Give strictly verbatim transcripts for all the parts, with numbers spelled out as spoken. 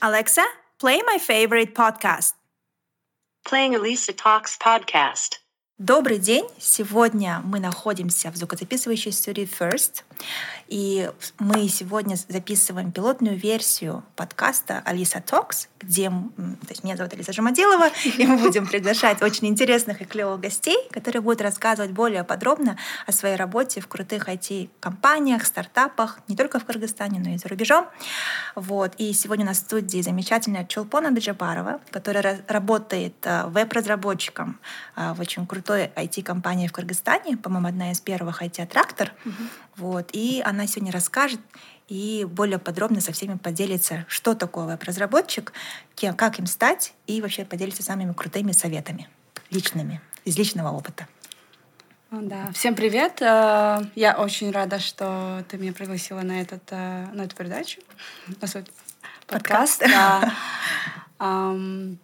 Alexa, play my favorite podcast. Playing Elisa Talks podcast. Добрый день! Сегодня мы находимся в звукозаписывающей студии First, и мы сегодня записываем пилотную версию подкаста Alisa Talks, где, то есть меня зовут Алиса Жамадилова, и мы будем приглашать очень интересных и клевых гостей, которые будут рассказывать более подробно о своей работе в крутых ай ти-компаниях, стартапах, не только в Кыргызстане, но и за рубежом. Вот. И сегодня на студии замечательная Чолпон Абджабарова, которая работает веб-разработчиком в очень крутой ай ти-компании в Кыргызстане, по-моему, одна из первых ай ти-аттрактор. Mm-hmm. Вот. И она сегодня расскажет и более подробно со всеми поделится, что такое веб-разработчик, кем, как им стать, и вообще поделится самыми крутыми советами, личными, из личного опыта. Да. Всем привет! Я очень рада, что ты меня пригласила на, этот, на эту передачу, на свой подкаст. подкаст. Да. um...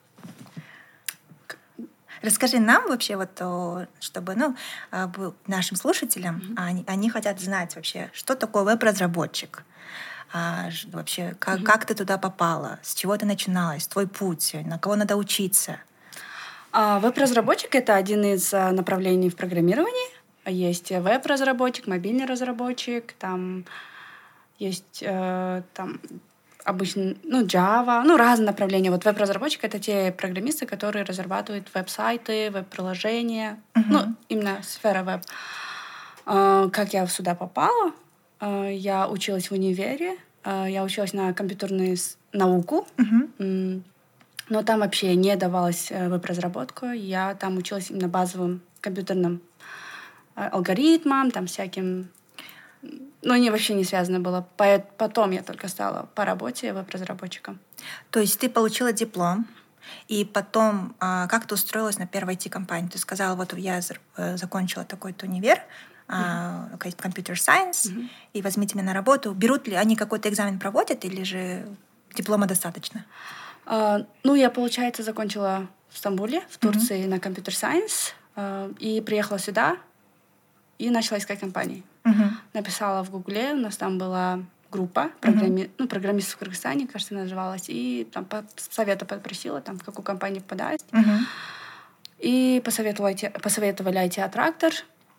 Расскажи нам вообще, вот, чтобы ну, нашим слушателям, mm-hmm. они, они хотят знать вообще, что такое веб-разработчик, а, вообще, как, mm-hmm. как ты туда попала, с чего ты начиналась, твой путь, на кого надо учиться. А, веб-разработчик — это один из направлений в программировании. Есть веб-разработчик, мобильный разработчик, там есть э, там, обычно, ну, Java, ну, разные направления. Вот веб-разработчик — это те программисты, которые разрабатывают веб-сайты, веб-приложения, uh-huh. ну, именно сфера веб. Uh, как я сюда попала? Uh, я училась в универе, uh, я училась на компьютерную науку, uh-huh. um, но там вообще не давалась веб-разработку. Я там училась именно базовым компьютерным uh, алгоритмам, там всяким... Ну, не, вообще не связано было. Потом я только стала по работе веб-разработчиком. То есть ты получила диплом, и потом как ты устроилась на первой ай ти-компании? Ты сказала, вот я закончила такой-то универ, mm-hmm. компьютер сайенс, mm-hmm. и возьмите меня на работу. Берут ли они какой-то экзамен проводят, или же диплома достаточно? Uh, ну, я, получается, закончила в Стамбуле, в Турции, mm-hmm. на компьютер сайенс, uh, и приехала сюда, и начала искать компании. Uh-huh. Написала в Гугле, у нас там была группа программи... uh-huh. ну, программистов в Кыргызстане, кажется, называлась, и там по совета попросила, там, в какую компанию попадать. Uh-huh. И посоветовали, посоветовали ай ти-аттрактор.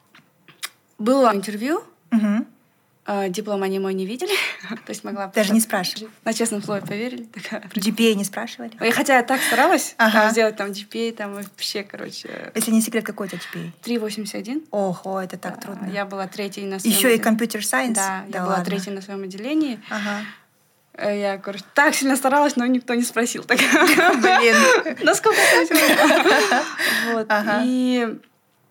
Было интервью, uh-huh. диплом они мой не видели. То есть могла... Даже не спрашивали? На честном слове поверили. джи пи эй не спрашивали? И хотя я так старалась ага. там, сделать там джи пи эй, там вообще, короче... Если не секрет, какой у тебя джи пи эй? три восемьдесят один. Ого, это так да, трудно. Я была третьей на своем... Еще и компьютер сайенс? Да, да я ладно. была третьей на своем отделении. Ага. Я, короче, так сильно старалась, но никто не спросил. Блин. Насколько это Вот. И,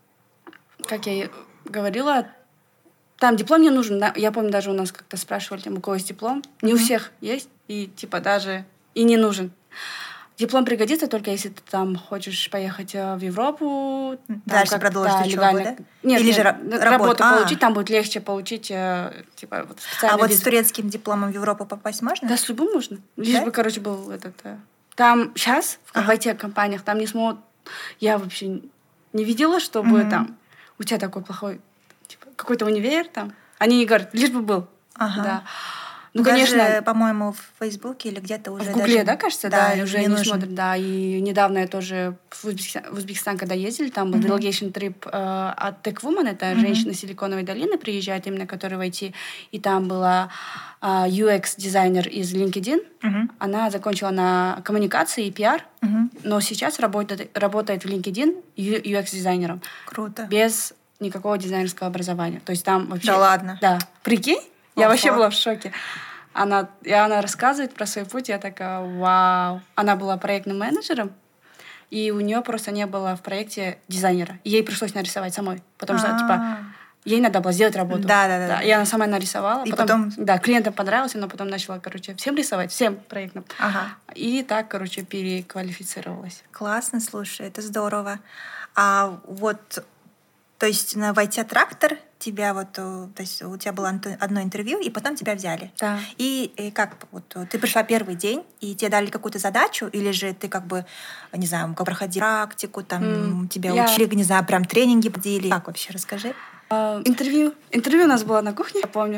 как я и говорила, там диплом не нужен. Да? Я помню, даже у нас как-то спрашивали, там, у кого есть диплом. Не mm-hmm. у всех есть. И типа даже и не нужен. Диплом пригодится только если ты там хочешь поехать в Европу. Дальше как, продолжить да, учебу, легально. да? Нет, Или нет, же работу, работу а. получить. Там будет легче получить типа, вот, А вот визу. с турецким дипломом в Европу попасть можно? Да, с любым можно. Лишь да? бы, короче, был этот... Там сейчас в, ага. в ай ти-компаниях там не смогут... Я вообще не видела, чтобы mm-hmm. там у тебя такой плохой... Типа, какой-то универ там. Они не говорят, лишь бы был. Ага. Да. Ну, даже, конечно, по-моему, в Фейсбуке или где-то уже в Гугле, даже... да, кажется, да, да, уже не, не смотрят, да. И недавно я тоже в Узбекистан, в Узбекистан когда ездили, там был mm-hmm. delegation trip э, от Tech Woman, это mm-hmm. женщина Силиконовой долины приезжает, именно которая в ай ти, и там была э, ю экс-дизайнер из LinkedIn, mm-hmm. она закончила на коммуникации и пиар, mm-hmm. но сейчас работает, работает в LinkedIn ю экс-дизайнером. Круто. Без никакого дизайнерского образования. То есть там вообще... Да ладно? Да. Прикинь? Я Ого. вообще была в шоке. Она, и она рассказывает про свой путь, я такая, вау. Она была проектным менеджером, и у нее просто не было в проекте дизайнера. И ей пришлось нарисовать самой. Потому что, типа, ей надо было сделать работу. Да, да, да. И она сама нарисовала. И потом... потом... Да, клиентам понравилось, но потом начала, короче, всем рисовать, всем проектам. Ага. И так, короче, переквалифицировалась. Классно, слушай, это здорово. А вот... То есть на ай ти-аттрактор тебя вот, то есть у тебя было одно интервью, и потом тебя взяли. Да. И, и как вот ты пришла первый день, и тебе дали какую-то задачу, или же ты как бы, не знаю, как проходила практику, там mm, тебя я... учили, не знаю, прям тренинги подели. Как вообще, расскажи. Uh, интервью. Интервью у нас было на кухне, я помню.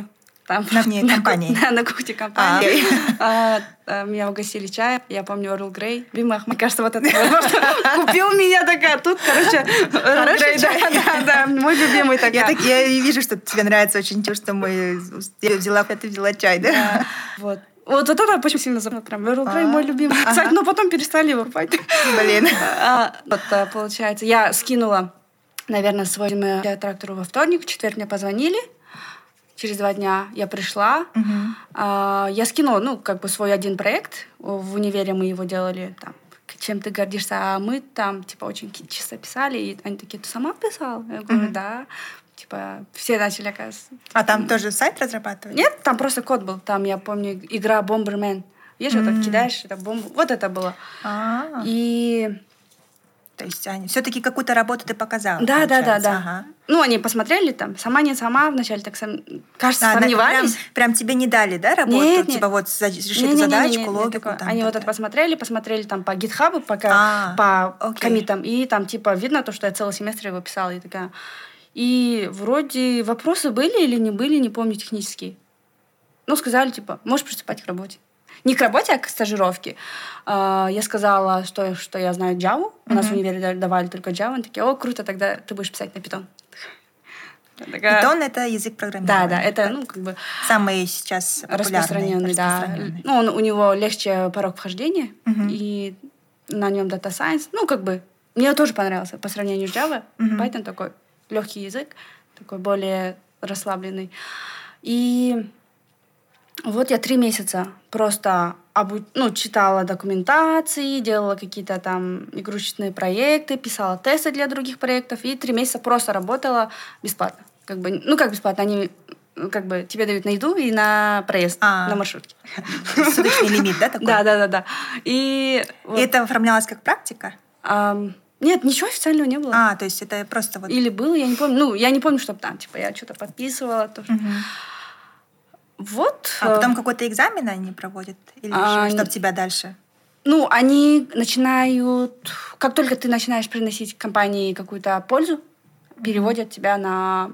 Там, На вне компании? Да, на кухне компании. А, а, меня угостили чаем. Я помню Earl Grey. Бимах, мне кажется, вот это купил меня такая. Тут, короче, Earl Grey. Да, да, мой любимый такая. Я вижу, что тебе нравится очень то, что мы... Я взяла, ты взяла чай, да? Вот. Вот, вот это очень сильно запомнила. Прям Earl Grey мой любимый. Кстати, но потом перестали его покупать. Блин. Вот, получается, я скинула, наверное, свой трактору во вторник. В четверг мне позвонили. Через два дня я пришла. Uh-huh. А, я скинула, ну, как бы свой один проект. В универе мы его делали, там, чем ты гордишься, а мы там, типа, очень чисто писали. И они такие, ты сама писала? Я говорю, uh-huh. да. Типа, все начали, оказывается. А там тоже сайт разрабатывали? Нет, там просто код был. Там, я помню, игра Bomberman. Видишь, mm-hmm. вот так кидаешь, это бомбу. Вот это было. А-а-а. И... То есть они все-таки какую-то работу ты показала? Да, да, да, да. Ага. Ну, они посмотрели там, сама не сама, вначале так сам... кажется, а, сомневались. Прям, прям тебе не дали, да, работу? Нет, типа нет. вот реши нет, эту нет, задачку, нет, нет, логику. нет, там, они вот это посмотрели, посмотрели там по GitHub, пока, а, по окей. коммитам, и там типа видно то, что я целый семестр его писала, и такая... И вроде вопросы были или не были, не помню, технические. Ну, сказали, типа, можешь приступать к работе. Не к работе, а к стажировке. Uh, я сказала, что, что я знаю Java. Mm-hmm. У нас в универе давали только Java. Они такие, о, круто, тогда ты будешь писать на Python. Такая... Python — это язык программирования. Да, да, это, ну, как бы... Самый сейчас распространенный, да. Ну, он, у него легче порог вхождения, mm-hmm. и на нем Data Science. Ну, как бы, мне тоже понравился по сравнению с Java. Mm-hmm. Python такой легкий язык, такой более расслабленный. И... Вот я три месяца просто обу... ну, читала документации, делала какие-то там игрушечные проекты, писала тесты для других проектов, и три месяца просто работала бесплатно. Как бы, ну, как бесплатно, они как бы тебе дают на еду и на проезд, а, на маршрутке. Суточный лимит, да, такой? Да, да, да, да. И, вот. И это оформлялось как практика? А, нет, ничего официального не было. А, то есть это просто вот... Или было, я не помню. Ну, я не помню, чтобы там, типа, я что-то подписывала, то, что... Угу. Вот. А потом какой-то экзамен они проводят? Или а, чтобы тебя дальше? Ну, они начинают... Как только ты начинаешь приносить компании какую-то пользу, mm-hmm. переводят тебя на...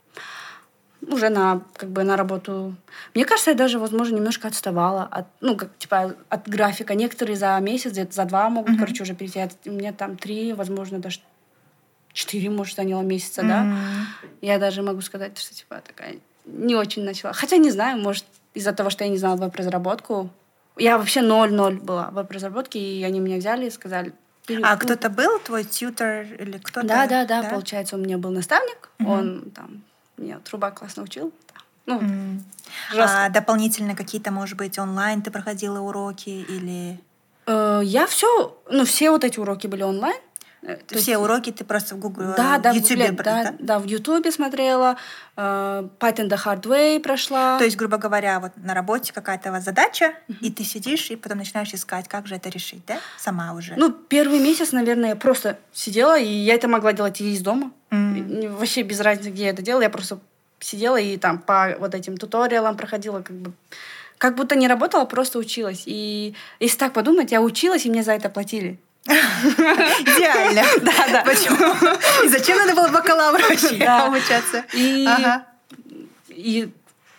Уже на, как бы, на работу. Мне кажется, я даже, возможно, немножко отставала от, ну, как, типа, от графика. Некоторые за месяц, где-то за два могут, mm-hmm. короче, уже перейти. У меня там три, возможно, даже четыре, может, заняло месяца, mm-hmm. да. Я даже могу сказать, что, типа, такая... Не очень начала. Хотя не знаю, может, из-за того, что я не знала веб-разработку. Я вообще ноль-ноль была в веб-разработке, и они меня взяли и сказали... А кто-то был, твой тьютор или кто-то? Да, да, да, да. Получается, у меня был наставник. Mm-hmm. Он там меня труба классно учил. Ну, mm-hmm. А дополнительно какие-то, может быть, онлайн ты проходила уроки или... Э, я все... Ну, все вот эти уроки были онлайн. То все есть... уроки ты просто в Google, да, в да, YouTube в, да, да? да, в YouTube смотрела, uh, Python the Hard Way прошла. То есть, грубо говоря, вот на работе какая-то у вас задача, uh-huh. и ты сидишь и потом начинаешь искать, как же это решить, да? Сама уже. Ну, первый месяц, наверное, я просто сидела, и я это могла делать и из дома. Mm-hmm. Вообще без разницы, где я это делала, я просто сидела и там по вот этим туториалам проходила, как бы как будто не работала, просто училась. И если так подумать, я училась, и мне за это платили. Идеально. Да, да. Почему? И зачем надо было бакалавра вообще да. обучаться? И, ага. и,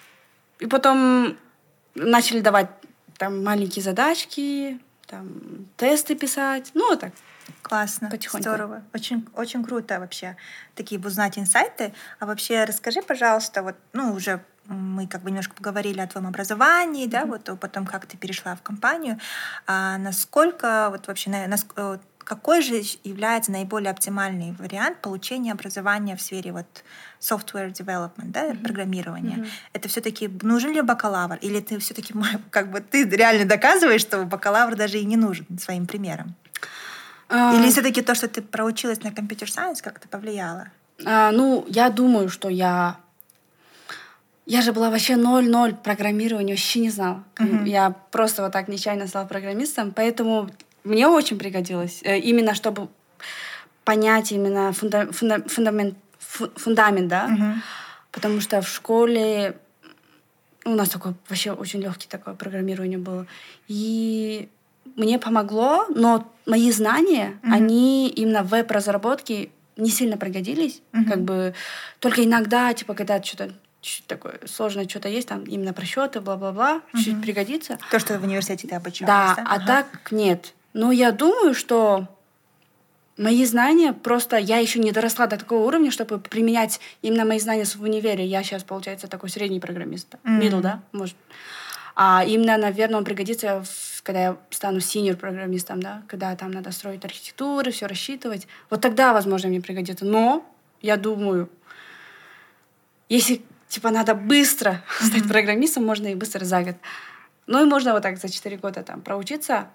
и потом начали давать там маленькие задачки, там тесты писать. Ну, вот так. Классно, потихоньку. Здорово. Очень, очень круто вообще такие узнать инсайты. А вообще расскажи, пожалуйста, вот, ну, уже мы как бы немножко поговорили о твоем образовании, mm-hmm. да, вот о том, как ты перешла в компанию. А насколько вот вообще, на, какой же является наиболее оптимальный вариант получения образования в сфере вот software development, да, mm-hmm. программирования? Mm-hmm. Это все-таки нужен ли бакалавр, или ты все-таки как бы ты реально доказываешь, что бакалавр даже и не нужен своим примером? Uh, или все-таки то, что ты проучилась на компьютер-сайенс, как-то повлияло? Uh, ну, я думаю, что я Я же была вообще ноль-ноль программирования, вообще не знала. Uh-huh. Я просто вот так нечаянно стала программистом, поэтому мне очень пригодилось. Именно чтобы понять именно фунда- фунда- фундамент, фундамент, да? Uh-huh. Потому что в школе у нас такое вообще очень легкое такое программирование было. И мне помогло, но мои знания, uh-huh. они именно в веб-разработке не сильно пригодились. Uh-huh. Как бы только иногда, типа, когда что-то чуть такое сложное что-то есть, там именно просчеты, бла-бла-бла, mm-hmm. чуть пригодится. То, что в университете ты обучалась, да? Да, а ага. так нет. Но я думаю, что мои знания, просто я еще не доросла до такого уровня, чтобы применять именно мои знания в универе. Я сейчас, получается, такой средний программист. Mm-hmm. Middle, да? Может. А именно, наверное, он пригодится, когда я стану senior-программистом, да? Когда там надо строить архитектуры, все рассчитывать. Вот тогда, возможно, мне пригодится. Но я думаю, если типа надо быстро mm-hmm. стать программистом, можно и быстро за год. Ну и можно вот так за четыре года там проучиться.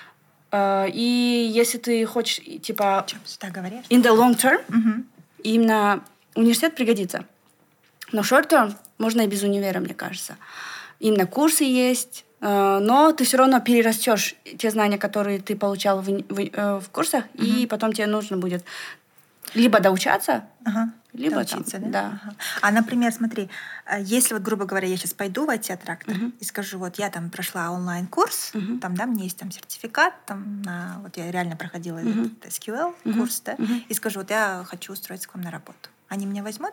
И если ты хочешь, типа, да, говоришь? in the long term, uh-huh. именно университет пригодится. Но short term можно и без универа, мне кажется. Именно курсы есть, но ты все равно перерастешь те знания, которые ты получал в, в, в курсах, uh-huh. и потом тебе нужно будет либо доучаться, uh-huh. либо доучиться, там, да? да. Ага. А, например, смотри, если вот, грубо говоря, я сейчас пойду в ай ти-трактор uh-huh. и скажу, вот я там прошла онлайн-курс, uh-huh. там, да, мне есть там сертификат, там, на, вот я реально проходила uh-huh. этот эс кью эл-курс, uh-huh. да, uh-huh. и скажу, вот я хочу устроиться к вам на работу. Они меня возьмут?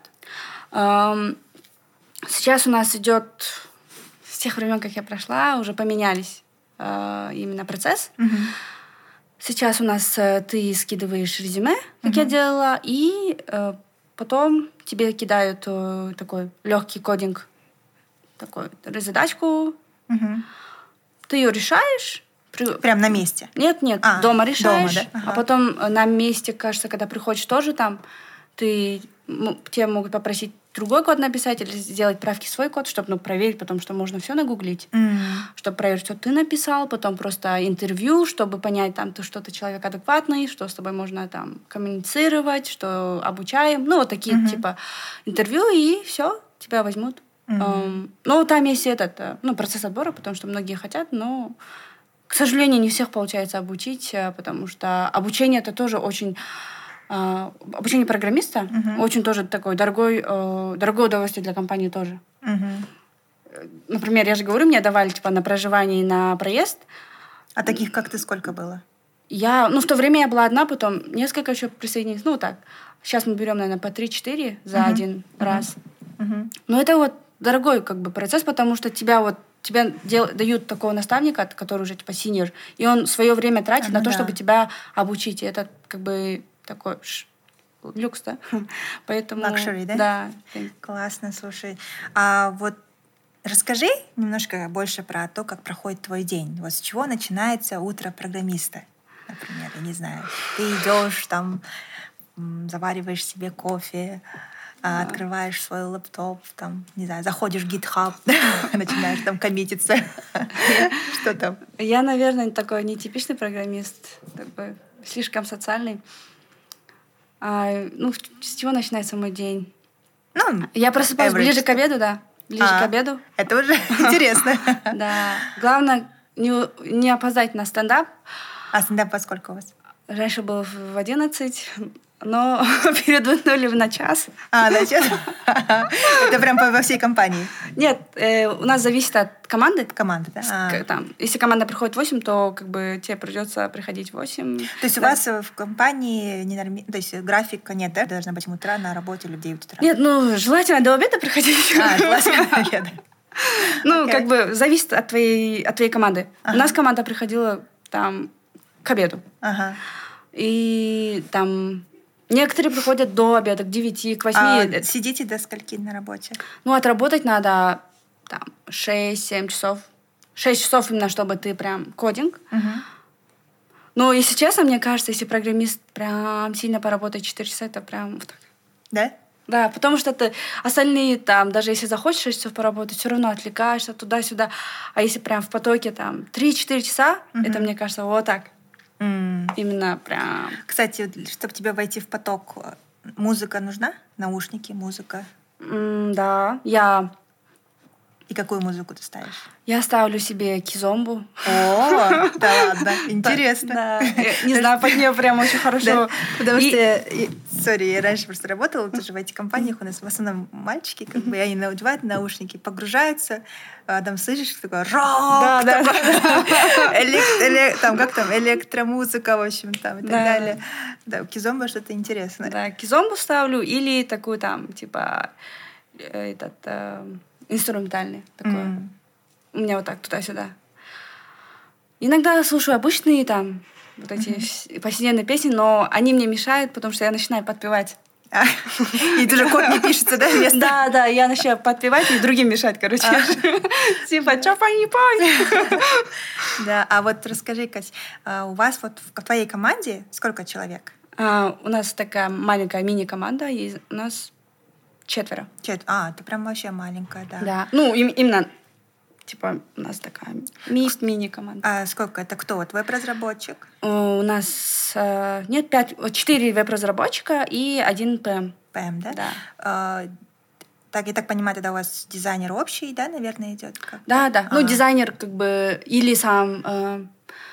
Um, сейчас у нас идет, с тех времен, как я прошла, уже поменялись uh, именно процесс. Uh-huh. Сейчас у нас uh, ты скидываешь резюме, как uh-huh. я делала, и uh, потом тебе кидают uh, такой легкий кодинг, такой задачку. Uh-huh. Ты ее решаешь. При... Прям на месте? Нет, нет, а, дома решаешь. Дома, да? Ага. А потом на месте, кажется, когда приходишь тоже там, ты, тебе могут попросить другой код написать или сделать правки в свой код, чтобы ну, проверить, потому что можно все нагуглить, mm. чтобы проверить, что ты написал, потом просто интервью, чтобы понять, там, ты что-то человек адекватный, что с тобой можно там коммуницировать, что обучаем. Ну, вот такие mm-hmm. типа интервью, и все, тебя возьмут. Mm-hmm. Um, ну, там есть этот, ну, процесс отбора, потому что многие хотят, но, к сожалению, не всех получается обучить, потому что обучение — это тоже очень... Uh, обучение программиста uh-huh. очень тоже такое дорогой, uh, дорогое удовольствие для компании тоже. Uh-huh. Например, я же говорю, мне давали типа на проживание и на проезд. А таких, как ты, сколько было? Я, ну, в то время я была одна, потом несколько еще присоединились. Ну, так. Сейчас мы берем, наверное, по три-четыре за uh-huh. один uh-huh. раз. Uh-huh. Но это вот дорогой как бы процесс, потому что тебя вот тебе дел, дают такого наставника, который уже типа senior, и он свое время тратит uh-huh, на то, да. чтобы тебя обучить. И это как бы такой люкс, да? Поэтому... Luxury, да? Да. Классно, слушай. А вот расскажи немножко больше про то, как проходит твой день. Вот с чего начинается утро программиста, например, я не знаю. Ты идешь там, завариваешь себе кофе, да. открываешь свой лэптоп, там, не знаю, заходишь в GitHub, начинаешь там коммититься. Что там? Я, наверное, такой нетипичный программист, такой слишком социальный. А, ну, с чего начинается мой день? Ну, я просыпаюсь ближе к обеду, да. Ближе а, к обеду. Это уже интересно. Да. Главное не, не опоздать на стендап. А стендап во сколько у вас? Раньше был в одиннадцать, но передвинули на час. А, на час? Это прям во всей компании? Нет, э, у нас зависит от команды. Команды, да? А. Там, если команда приходит в восемь, то как бы тебе придется приходить в восемь. То есть да. у вас в компании не норми... то есть графика нет, да? Должна быть в утра на работе или в девять утра? Нет, ну, желательно до обеда приходить. А, желательно до обеда. Ну, как бы зависит от твоей, от твоей команды. У нас команда приходила там к обеду. Ага. И там... Некоторые приходят до обеда, к девяти, к восьми. А сидите до скольки на работе? Ну, отработать надо там шесть-семь часов. шесть часов именно, чтобы ты прям кодинг. Угу. Но, если честно, мне кажется, если программист прям сильно поработает четыре часа, это прям вот так. Да? Да, потому что ты остальные там, даже если захочешь шесть часов поработать, все равно отвлекаешься туда-сюда. А если прям в потоке там три-четыре часа, угу. это, мне кажется, вот так. Mm. Именно прям... Кстати, чтобы тебе войти в поток, музыка нужна? Наушники, музыка? Mm, да, я... И какую музыку ты ставишь? Я ставлю себе кизомбу. О, да ладно, интересно. Да, не знаю, под нее прям очень хорошо. Потому что, сори, я раньше просто работала тоже в ай ти-компаниях, у нас в основном мальчики, как бы, они надевают наушники, погружаются, там слышишь, такой рок, там как там, электромузыка, в общем, там и так далее. Да, кизомба что-то интересное. Да, кизомбу ставлю или такую там, типа... э, этот э, инструментальный такой. М. У меня вот так туда-сюда. Иногда слушаю обычные там вот эти Мгм. вс- повседневные песни, но они мне мешают, потому что я начинаю подпевать. А, И даже код не пишется, да, вместо... Да, да, я начинаю подпевать и другим мешать, короче. А. Типа, чё пой, пой? Да, а вот расскажи, Кать, а у вас вот в твоей команде сколько человек? А, У нас такая маленькая мини-команда, и у нас четверо. Чет- А, ты прям вообще маленькая, да. Да. Ну, им- именно, типа, у нас такая ми- мини-команда. А сколько это кто? Вот веб-разработчик? Э, У нас э, нет, пять, о, четыре веб-разработчика и один пи эм. ПМ, да? Да. А, так, я так понимаю, тогда у вас дизайнер общий, да, наверное, идет? Как? Да, да. Ну, А. дизайнер как бы или сам э,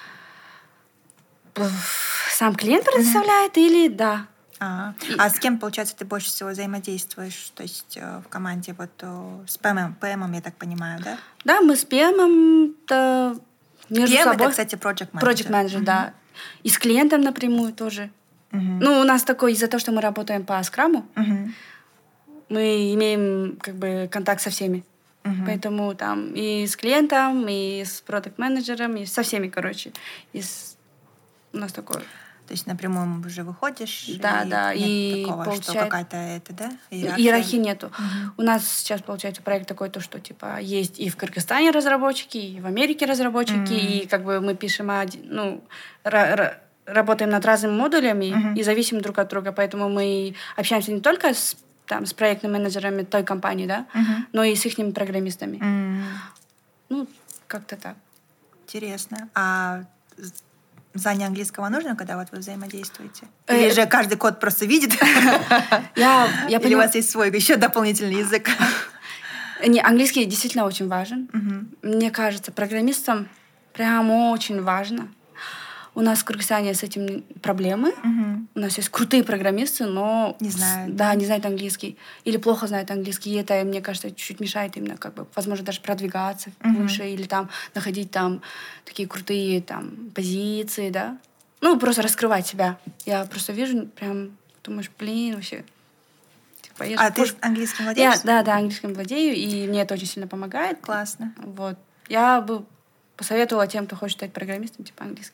пф, сам клиент предоставляет, или да. А, И- а с кем, получается, ты больше всего взаимодействуешь? То есть э, в команде вот э, с ПМ, ПМом, я так понимаю, да? Да, мы с пи эм -то между пи эм собой. это, кстати, project manager. Project manager, да. И с клиентом напрямую тоже. Мгм. Ну, у нас такой, из-за того, что мы работаем по скраму, Мгм. мы имеем как бы контакт со всеми. Мгм. Поэтому там и с клиентом, и с продакт-менеджером, и со всеми, короче. И с- У нас такое. То есть напрямую уже выходишь, Да, и да, нет и такого, что получает- какая-то это, да, Иерархии нету. Мгм. У нас сейчас, получается, проект такой, то, что типа есть и в Кыргызстане разработчики, и в Америке разработчики, Мгм. и как бы мы пишем, один- ну, ра- ра- работаем над разными модулями Мгм. и зависим друг от друга. Поэтому мы общаемся не только с, там, с проектными менеджерами той компании, да, Мгм. но и с их программистами. М, Ну, как-то так. Интересно. А з- знание английского нужно, когда вот вы взаимодействуете? Э, Или же каждый код просто видит? Я, я Или у поняла- вас есть свой еще дополнительный язык? Не, английский действительно очень важен. Мгм. Мне кажется, программистам прям очень важно. У нас в Кыргызстане с этим проблемы. Мгм. У нас есть крутые программисты, но Не знают, да, да? не знают английский или плохо знают английский, и это, мне кажется, чуть-чуть мешает именно, как бы, возможно, даже продвигаться Мгм. выше или там находить там такие крутые там позиции, да. Ну просто раскрывать себя. Я просто вижу, прям думаешь, блин, вообще. Типа, я А ж ты пусть- английским Я, владеешь? да, да, английским владею, и мне это очень сильно помогает. Классно. Вот. Я бы посоветовала тем, кто хочет стать программистом, типа английский.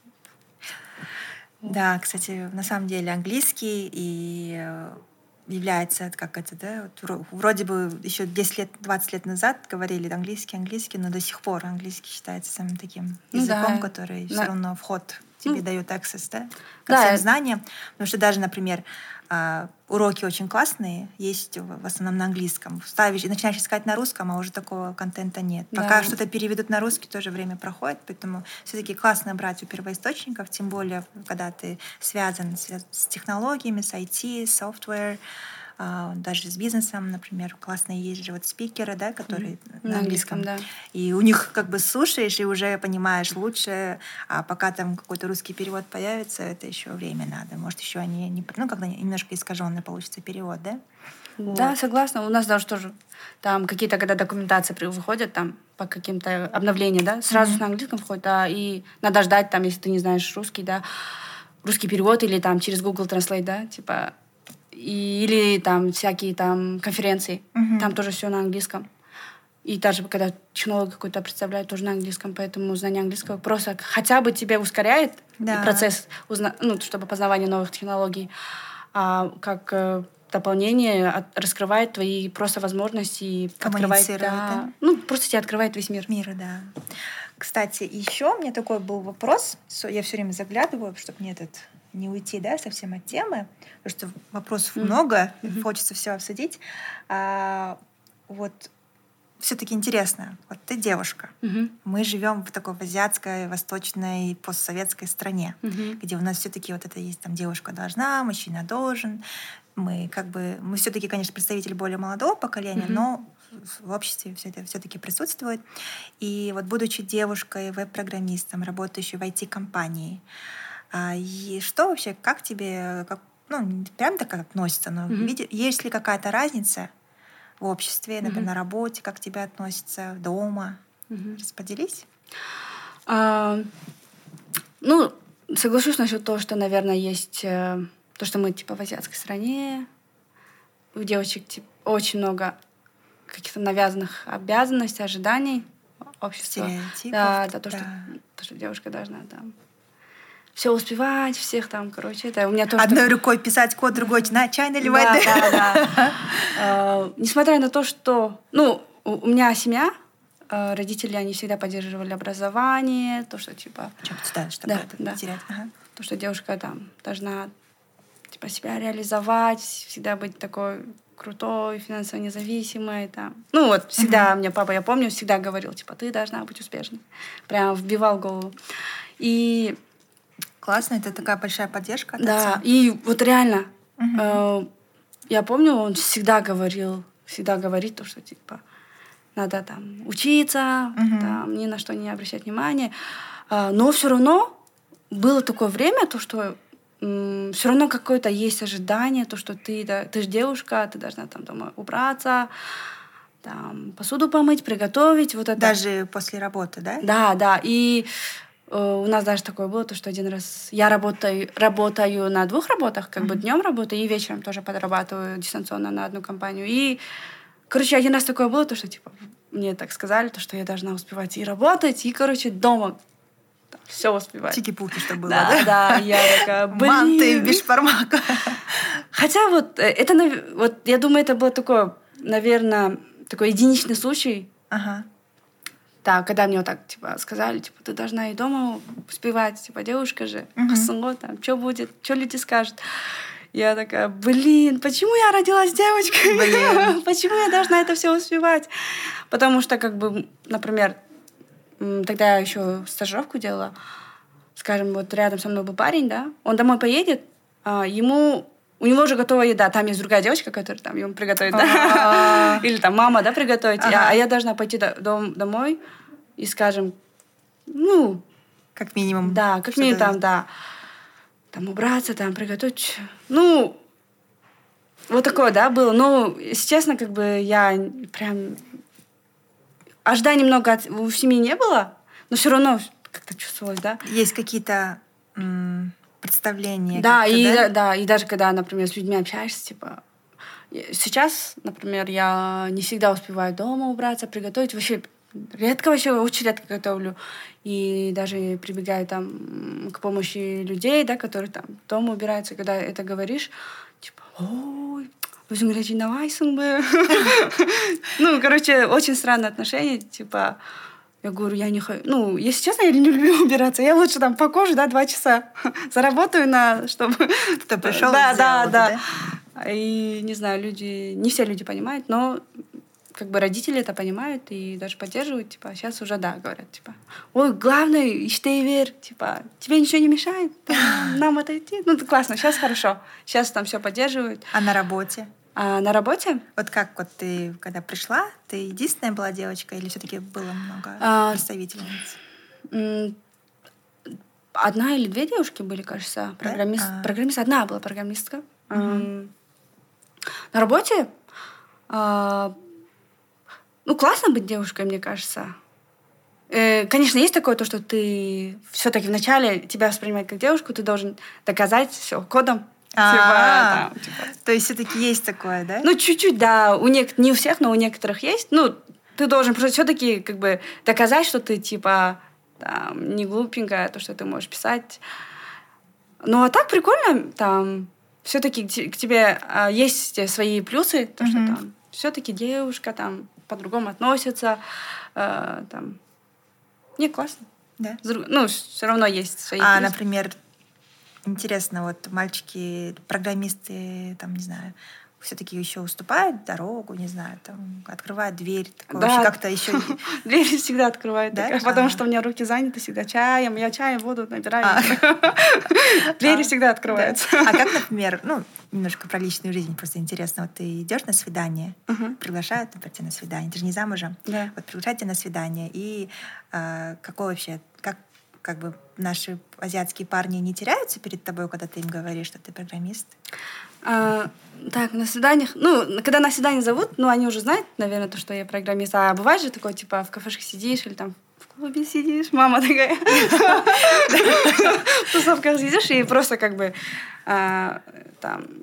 Да, кстати, на самом деле английский и э, является, как это, да, вот вро- вроде бы еще десять лет, двадцать лет назад говорили английский, английский, но до сих пор английский считается самым таким Ну языком, да. который все На- равно вход тебе Ну, дает access, да, ко да, всем это- знаниям. Потому что даже, например, а, уроки очень классные, есть в в основном на английском. Ставишь и начинаешь искать на русском, а уже такого контента нет. Пока Да. что-то переведут на русский, тоже время проходит, поэтому все-таки классно брать у первоисточников, тем более, когда ты связан свя- с технологиями, с ай ти, software, а, даже с бизнесом, например. Классные есть же вот спикеры, да, которые на, На английском. английском, да. И у них как бы слушаешь и уже понимаешь лучше, а пока там какой-то русский перевод появится, это еще время надо. Может, еще они не... Ну, когда немножко искаженный получится перевод, да? Да, Вот. согласна. У нас даже тоже там какие-то, когда документации при- выходят там по каким-то обновлениям, да, сразу Мгм. на английском входит, да, и надо ждать там, если ты не знаешь русский, да, русский перевод или там через Google Translate, да, типа, и- или там всякие там конференции, Мгм. там тоже все на английском. И даже когда технолог какой-то представляет, тоже на английском, поэтому знание английского просто хотя бы тебе ускоряет Да. процесс, узна- ну, чтобы познавание новых технологий, а как э, дополнение от- раскрывает твои просто возможности и открывает, Коммуницировать, да, да? ну, просто тебе открывает весь мир. Мира, да. Кстати, еще у меня такой был вопрос. Со- Я все время заглядываю, чтобы мне этот не уйти, да, совсем от темы, потому что вопросов Мгм. много, Мгм. хочется все обсудить. А, вот все-таки интересно. Вот ты девушка. Мгм. Мы живем в такой в азиатской, восточной, постсоветской стране, Мгм. где у нас все-таки вот это есть, там девушка должна, мужчина должен. Мы как бы, мы все-таки, конечно, представители более молодого поколения, Мгм. но в обществе все это все-таки присутствует. И вот будучи девушкой, веб-программистом, работающей в ай ти-компании, а, и что вообще, как тебе, как, ну, не прям так относится, но Мгм. види- есть ли какая-то разница в обществе, например, Мгм. на работе, как к тебе относятся, дома? Мгм. Поделись. А, ну, соглашусь насчет того, что, наверное, есть э, то, что мы типа в азиатской стране, у девочек типа, очень много каких-то навязанных обязанностей, ожиданий общества. Стереотипов. Да, да, то, да. Что, то, что девушка должна там все успевать, всех там, короче, это у меня тоже... Одной так... рукой писать код, другой на чай наливать. Да, да, да. Несмотря на то, что... Ну, у меня семья, родители, они всегда поддерживали образование, то, что, типа... Чем читаешь, чтобы Да, это да. не терять. Ага. То, что девушка там должна типа себя реализовать, всегда быть такой крутой, финансово независимой. Там. Ну вот, всегда uh-huh. мне папа, я помню, всегда говорил, типа, ты должна быть успешной. Прям вбивал в голову. И... Классно, это такая большая поддержка от Да, отца. и вот реально, uh-huh. э, я помню, он всегда говорил, всегда говорит то, что, типа, надо там учиться, uh-huh. там, ни на что не обращать внимания. Э, но все равно было такое время, то, что м- все равно какое-то есть ожидание, то, что ты, да, ты же девушка, ты должна там дома убраться, там, посуду помыть, приготовить. Вот это. Даже после работы, да? Да, да. И э, у нас даже такое было, то, что один раз я работаю, работаю на двух работах, как mm-hmm. бы днем работаю, и вечером тоже подрабатываю дистанционно на одну компанию. И, короче, один раз такое было, то, что, типа, мне так сказали, то, что я должна успевать и работать, и, короче, дома все успевать. Чики-пуки, что было, да? Да, да, я такая, блин. Манты без шпармака. Хотя вот это, вот я думаю, это было такое, наверное, такой единичный случай. Ага. Да, когда мне вот так, типа, сказали, типа, ты должна и дома успевать, типа, девушка же, угу. там, что будет, что люди скажут. Я такая, блин, почему я родилась девочкой? Блин. Почему я должна это все успевать? Потому что, как бы, например, тогда я еще стажировку делала, скажем, вот рядом со мной был парень, да, он домой поедет, ему... У него уже готова еда. Там есть другая девочка, которая там ему приготовит. Да? Или там мама, да, приготовить. Ага. А я должна пойти до, дом, домой и, скажем, ну... Как минимум. Да, как минимум там, да. Там убраться, там приготовить. Ну, вот такое, да, было. Ну, если честно, как бы я прям... Ожиданий много от... у семьи не было, но все равно как-то чувствовалось, да. Есть какие-то... М- представление. Да, и, да? да, и даже когда, например, с людьми общаешься, типа... Сейчас, например, я не всегда успеваю дома убраться, приготовить. Вообще редко, вообще очень редко готовлю. И даже прибегаю там к помощи людей, да, которые там дома убираются. Когда это говоришь, типа, ой, өзің жинавайсың бы. Ну, короче, очень странное отношение, типа... Я говорю, я не хочу... Ну, если честно, я не люблю убираться. Я лучше там по коже, да, два часа заработаю на... чтобы... Кто пришел да, и да, сделал, да, да. И, не знаю, люди... Не все люди понимают, но как бы родители это понимают и даже поддерживают. Типа, сейчас уже, да, говорят, типа, ой, главное, ищи вер, типа, тебе ничего не мешает, там, нам отойти. Ну, классно, сейчас хорошо. Сейчас там все поддерживают. А на работе? А на работе? Вот как вот ты, когда пришла, ты единственная была девочка или все-таки было много а, представительниц? Одна или две девушки были, кажется. Программист, да? а. программист. Одна была программистка. Угу. На работе, а, ну, классно быть девушкой, мне кажется. Э, конечно, есть такое, то, что ты все-таки вначале тебя воспринимают как девушку, ты должен доказать все кодом. Типа, там, типа. То есть все-таки есть такое, да? Ну, чуть-чуть, да. У нек... Не у всех, но у некоторых есть. Ну, ты должен просто все-таки как бы доказать, что ты, типа, там, не глупенькая, то, что ты можешь писать. Ну, а так прикольно, там, все-таки к тебе а, есть свои плюсы, то, mm-hmm. что там все-таки девушка, там, по-другому относятся, а, там. Не, классно. Да? Ну, все равно есть свои а, плюсы. А, например, интересно, вот мальчики, программисты, там, не знаю, все-таки еще уступают дорогу, не знаю, там, открывают дверь, такое, да. Вообще как-то еще. Двери всегда открывают, да? такая, потому а. что у меня руки заняты всегда чаем, я чаем воду набираю. Двери всегда открываются. А как, например, ну, немножко про личную жизнь, просто интересно, вот ты идешь на свидание, приглашают, например, тебя на свидание, ты же не замужем, вот приглашают тебя на свидание, и какой вообще, как как бы наши азиатские парни не теряются перед тобой, когда ты им говоришь, что ты программист? А, так, на свиданиях... Ну, когда на свидание зовут, ну, они уже знают, наверное, то, что я программист. А бывает же такое, типа, в кафешке сидишь или там в клубе сидишь, мама такая. В тусовках сидишь и просто как бы там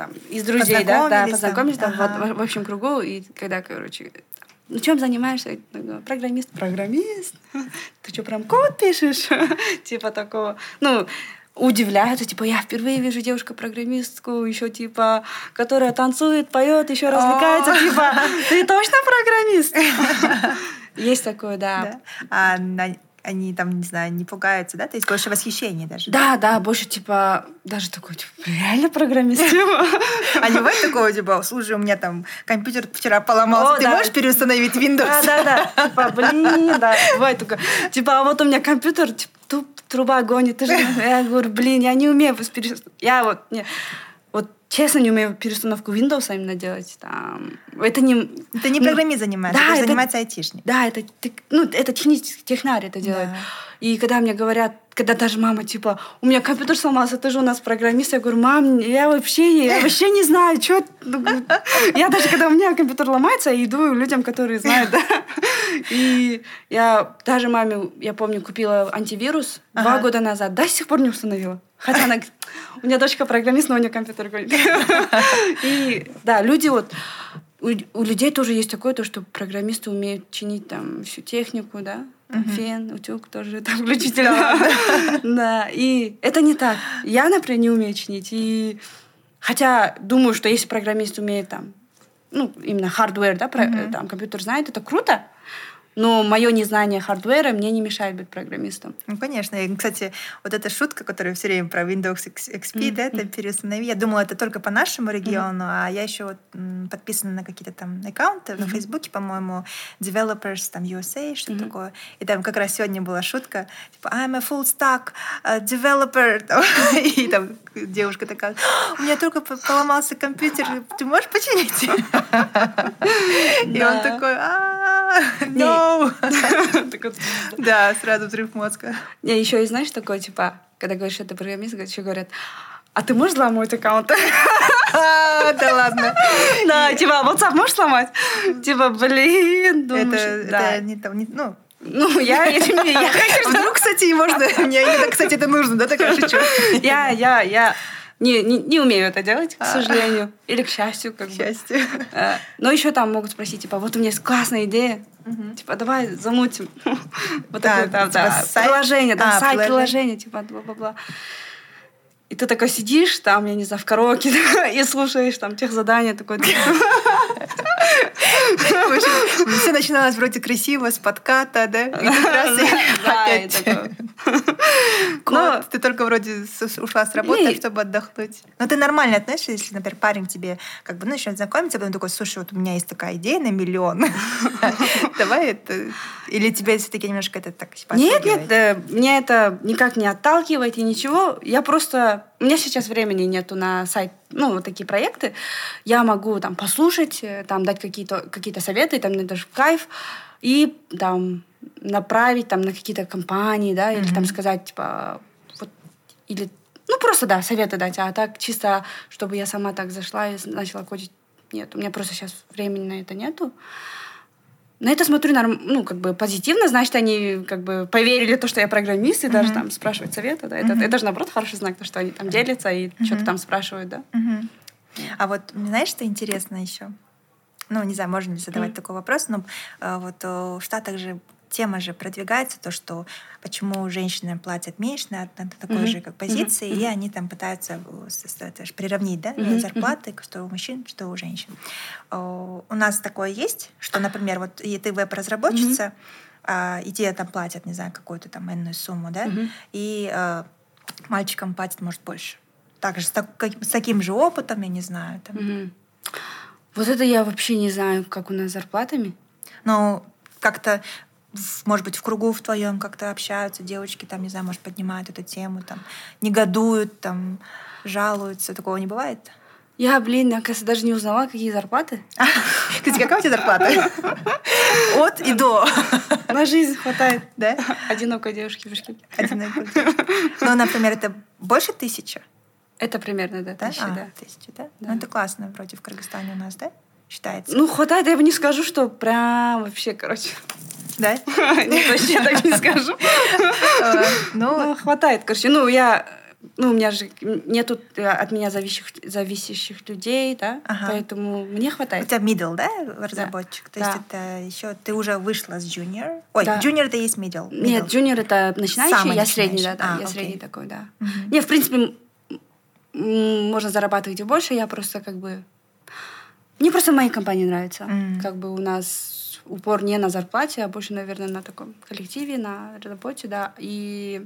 там из друзей, да, да, познакомились там, ага. вот, в, в общем кругу, и когда, короче, ну, чем занимаешься? Программист. Программист? Ты что, прям код пишешь? Типа такого. Ну, удивляются, типа, я впервые вижу девушку-программистку, еще типа, которая танцует, поет, еще развлекается, типа, ты точно программист? Есть такое, да. А они там, не знаю, не пугаются, да? То есть больше восхищения даже. Да, да, больше, типа, даже такой, типа, реально программист? А не бывает такого, типа, слушай, у меня там компьютер вчера поломался, ты можешь переустановить Windows? Да, да, да. Типа, блин, да, бывает такое. Типа, а вот у меня компьютер, типа, труба гонит, ты же... Я говорю, блин, я не умею переустановить. Я вот, не... Вот честно не умею переустановку Windows именно делать. Там. Это не... Ты не программист занимаешься, да, ты это... занимается айтишник. Да, это, ну, это технический технарь это делает. Да. И когда мне говорят, когда даже мама, типа, у меня компьютер сломался, ты же у нас программист. Я говорю, мам, я вообще, я вообще не знаю, что... Я даже, когда у меня компьютер ломается, я иду людям, которые знают, да. И я даже маме, я помню, купила антивирус ага. два года назад, до сих пор не установила. Хотя она... У меня дочка программист, но у нее компьютер гонит. И да, люди вот... У, у людей тоже есть такое, то, что программисты умеют чинить там всю технику, да? Там, uh-huh. фен, утюг тоже там включительно. Да, и это не так. Я, например, не умею чинить. И... Хотя думаю, что если программист умеет там, ну, именно хардвер, да, uh-huh. там, компьютер знает, это круто. Но мое незнание хардвера мне не мешает быть программистом. Ну, конечно. И, кстати, вот эта шутка, которая все время про Windows икс пи, mm-hmm. да, это переустанови. Я думала, это только по нашему региону, mm-hmm. а я еще вот м, подписана на какие-то там аккаунты mm-hmm. на Фейсбуке, по-моему, Developers, там, ю эс эй, что-то mm-hmm. такое. И там как раз сегодня была шутка, типа, I'm a full stack uh, developer. И там девушка такая, у меня только поломался компьютер, ты можешь починить? И он такой, no. Да, сразу взрыв мозга. Не, еще и знаешь такое, типа, когда говоришь, что ты программист, еще говорят, а ты можешь взломать аккаунт? Да ладно. Да, типа, WhatsApp можешь сломать? Типа, блин, думаешь, это не там, ну... Ну, я этим не... Вдруг, кстати, можно... Мне, кстати, это нужно, да, такая шучу? Я, я, я... Не, не, не умею это делать, к сожалению. Или к счастью, как к бы. счастью. Но еще там могут спросить, типа, вот у меня есть классная идея, угу. типа, давай замутим. Вот да, такое там, типа да, сайт? приложение, да, а, сайт, приложение. приложение, типа, бла-бла-бла. И ты такой сидишь там, я не знаю, в караоке и слушаешь там тех задания такой. Все начиналось вроде красиво, с подката, да? И как раз опять... Ты только вроде ушла с работы, чтобы отдохнуть. Но ты нормально относишься, если, например, парень тебе как бы начнет знакомиться, потом такой, слушай, вот у меня есть такая идея на миллион. Давай это... Или тебя все-таки немножко это так Нет, нет, мне это никак не отталкивает и ничего. Я просто... У меня сейчас времени нету на сайт, ну, вот такие проекты. Я могу там послушать, там дать какие-то, какие-то советы, там мне даже в кайф, и там направить там на какие-то компании, да, или mm-hmm. там сказать, типа, вот, или, ну, просто, да, советы дать, а так чисто, чтобы я сама так зашла и начала кодить, нет, у меня просто сейчас времени на это нету. На это смотрю, ну, как бы позитивно, значит, они как бы поверили в то, что я программист, и mm-hmm. даже там спрашивают советы, да, это, mm-hmm. это же, наоборот, хороший знак, то, что они там делятся и mm-hmm. что-то там спрашивают, да. Mm-hmm. А вот, знаешь, что интересно еще? Ну, не знаю, можно ли задавать mm-hmm. такой вопрос, но а, вот в Штатах же тема же продвигается, то, что почему женщины платят меньше на, на такой mm-hmm. же как позиции, mm-hmm. и они там пытаются это, приравнять, да, mm-hmm. зарплаты, что у мужчин, что у женщин. У нас такое есть, что, например, вот и ты веб-разработчица, mm-hmm. а, и тебе там платят, не знаю, какую-то там энную сумму, да, mm-hmm. и а, мальчикам платят, может, больше. Также с, так, с таким же опытом, я не знаю. Там. Mm-hmm. Вот это я вообще не знаю, как у нас с зарплатами. Ну, как-то может быть, в кругу в твоем как-то общаются девочки, там, не знаю, может, поднимают эту тему, там, негодуют, там, жалуются. Такого не бывает? Я, блин, я, кажется, даже не узнала, какие зарплаты. Кстати, какая у тебя зарплата? От и до. На жизнь хватает. Да? Одинокой девушки в Бишкеке. Одинокой девушки. Ну, например, это больше тысячи? Это примерно, да, тысяча, да. Тысяча, да? Ну, это классно, вроде, в Кыргызстане у нас, да? Считается. Ну, хватает, я бы не скажу, что прям вообще, короче... Да? Нет, вообще так не скажу. Ну, хватает, короче. Ну, я ну, у меня же нету от меня зависящих, зависящих людей, да, Ага. поэтому мне У хватает. тебя middle, да, разработчик? То есть Да. это еще ты уже вышла с junior? Ой, Да. junior это и есть middle. Нет, middle. джуниор это начинающий, Самый я средний, да, начинающий. да, А, я окей. средний такой, да. Мгм. Не, в принципе, м, можно зарабатывать и больше, я просто как бы... Мне просто в моей компании нравится. Мгм. Как бы у нас упор не на зарплате, а больше, наверное, на таком коллективе, на работе, да. И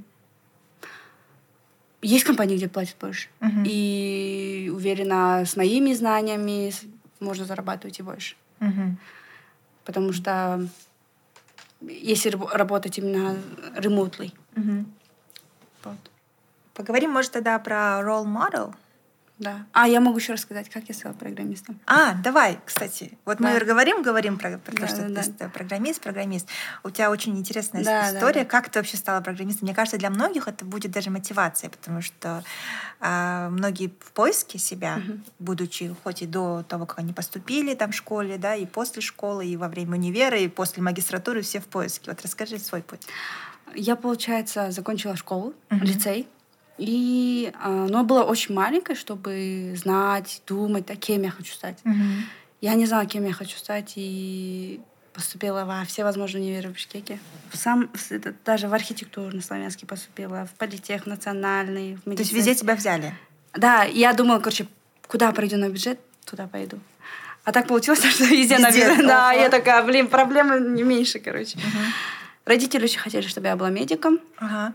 есть компании, где платят больше. Мгм. И уверена, с моими знаниями с- можно зарабатывать и больше. Мгм. Потому что если раб- работать именно remotely. Мгм. Вот. Поговорим, может, тогда про role model? Да. А, я могу еще рассказать, как я стала программистом. А, давай, кстати. Вот мы Да. говорим, говорим про, про то, Да, что да, ты да. ст- программист, программист. У тебя очень интересная с- Да, да, история. да. Как ты вообще стала программистом? Мне кажется, для многих это будет даже мотивация, потому что а, многие в поиске себя, Мгм. будучи хоть и до того, как они поступили там в школе, да, и после школы, и во время универа, и после магистратуры, все в поиске. Вот расскажи свой путь. Я, получается, закончила школу, Мгм. лицей. И а, оно было очень маленькое, чтобы знать, думать, а кем я хочу стать. Мгм. Я не знала, кем я хочу стать, и поступила во все возможные универы в Бишкеке. В сам, в- это, даже в архитектурный славянский поступила, в политех национальный, в То есть медицинский. везде тебя взяли? Да, и я думала, короче, куда пройду на бюджет, туда пойду. А так получилось, что везде, на Везде, бюджет. Да, ого. я такая, блин, проблемы не меньше, короче. Мгм. Родители очень хотели, чтобы я была медиком. Ага.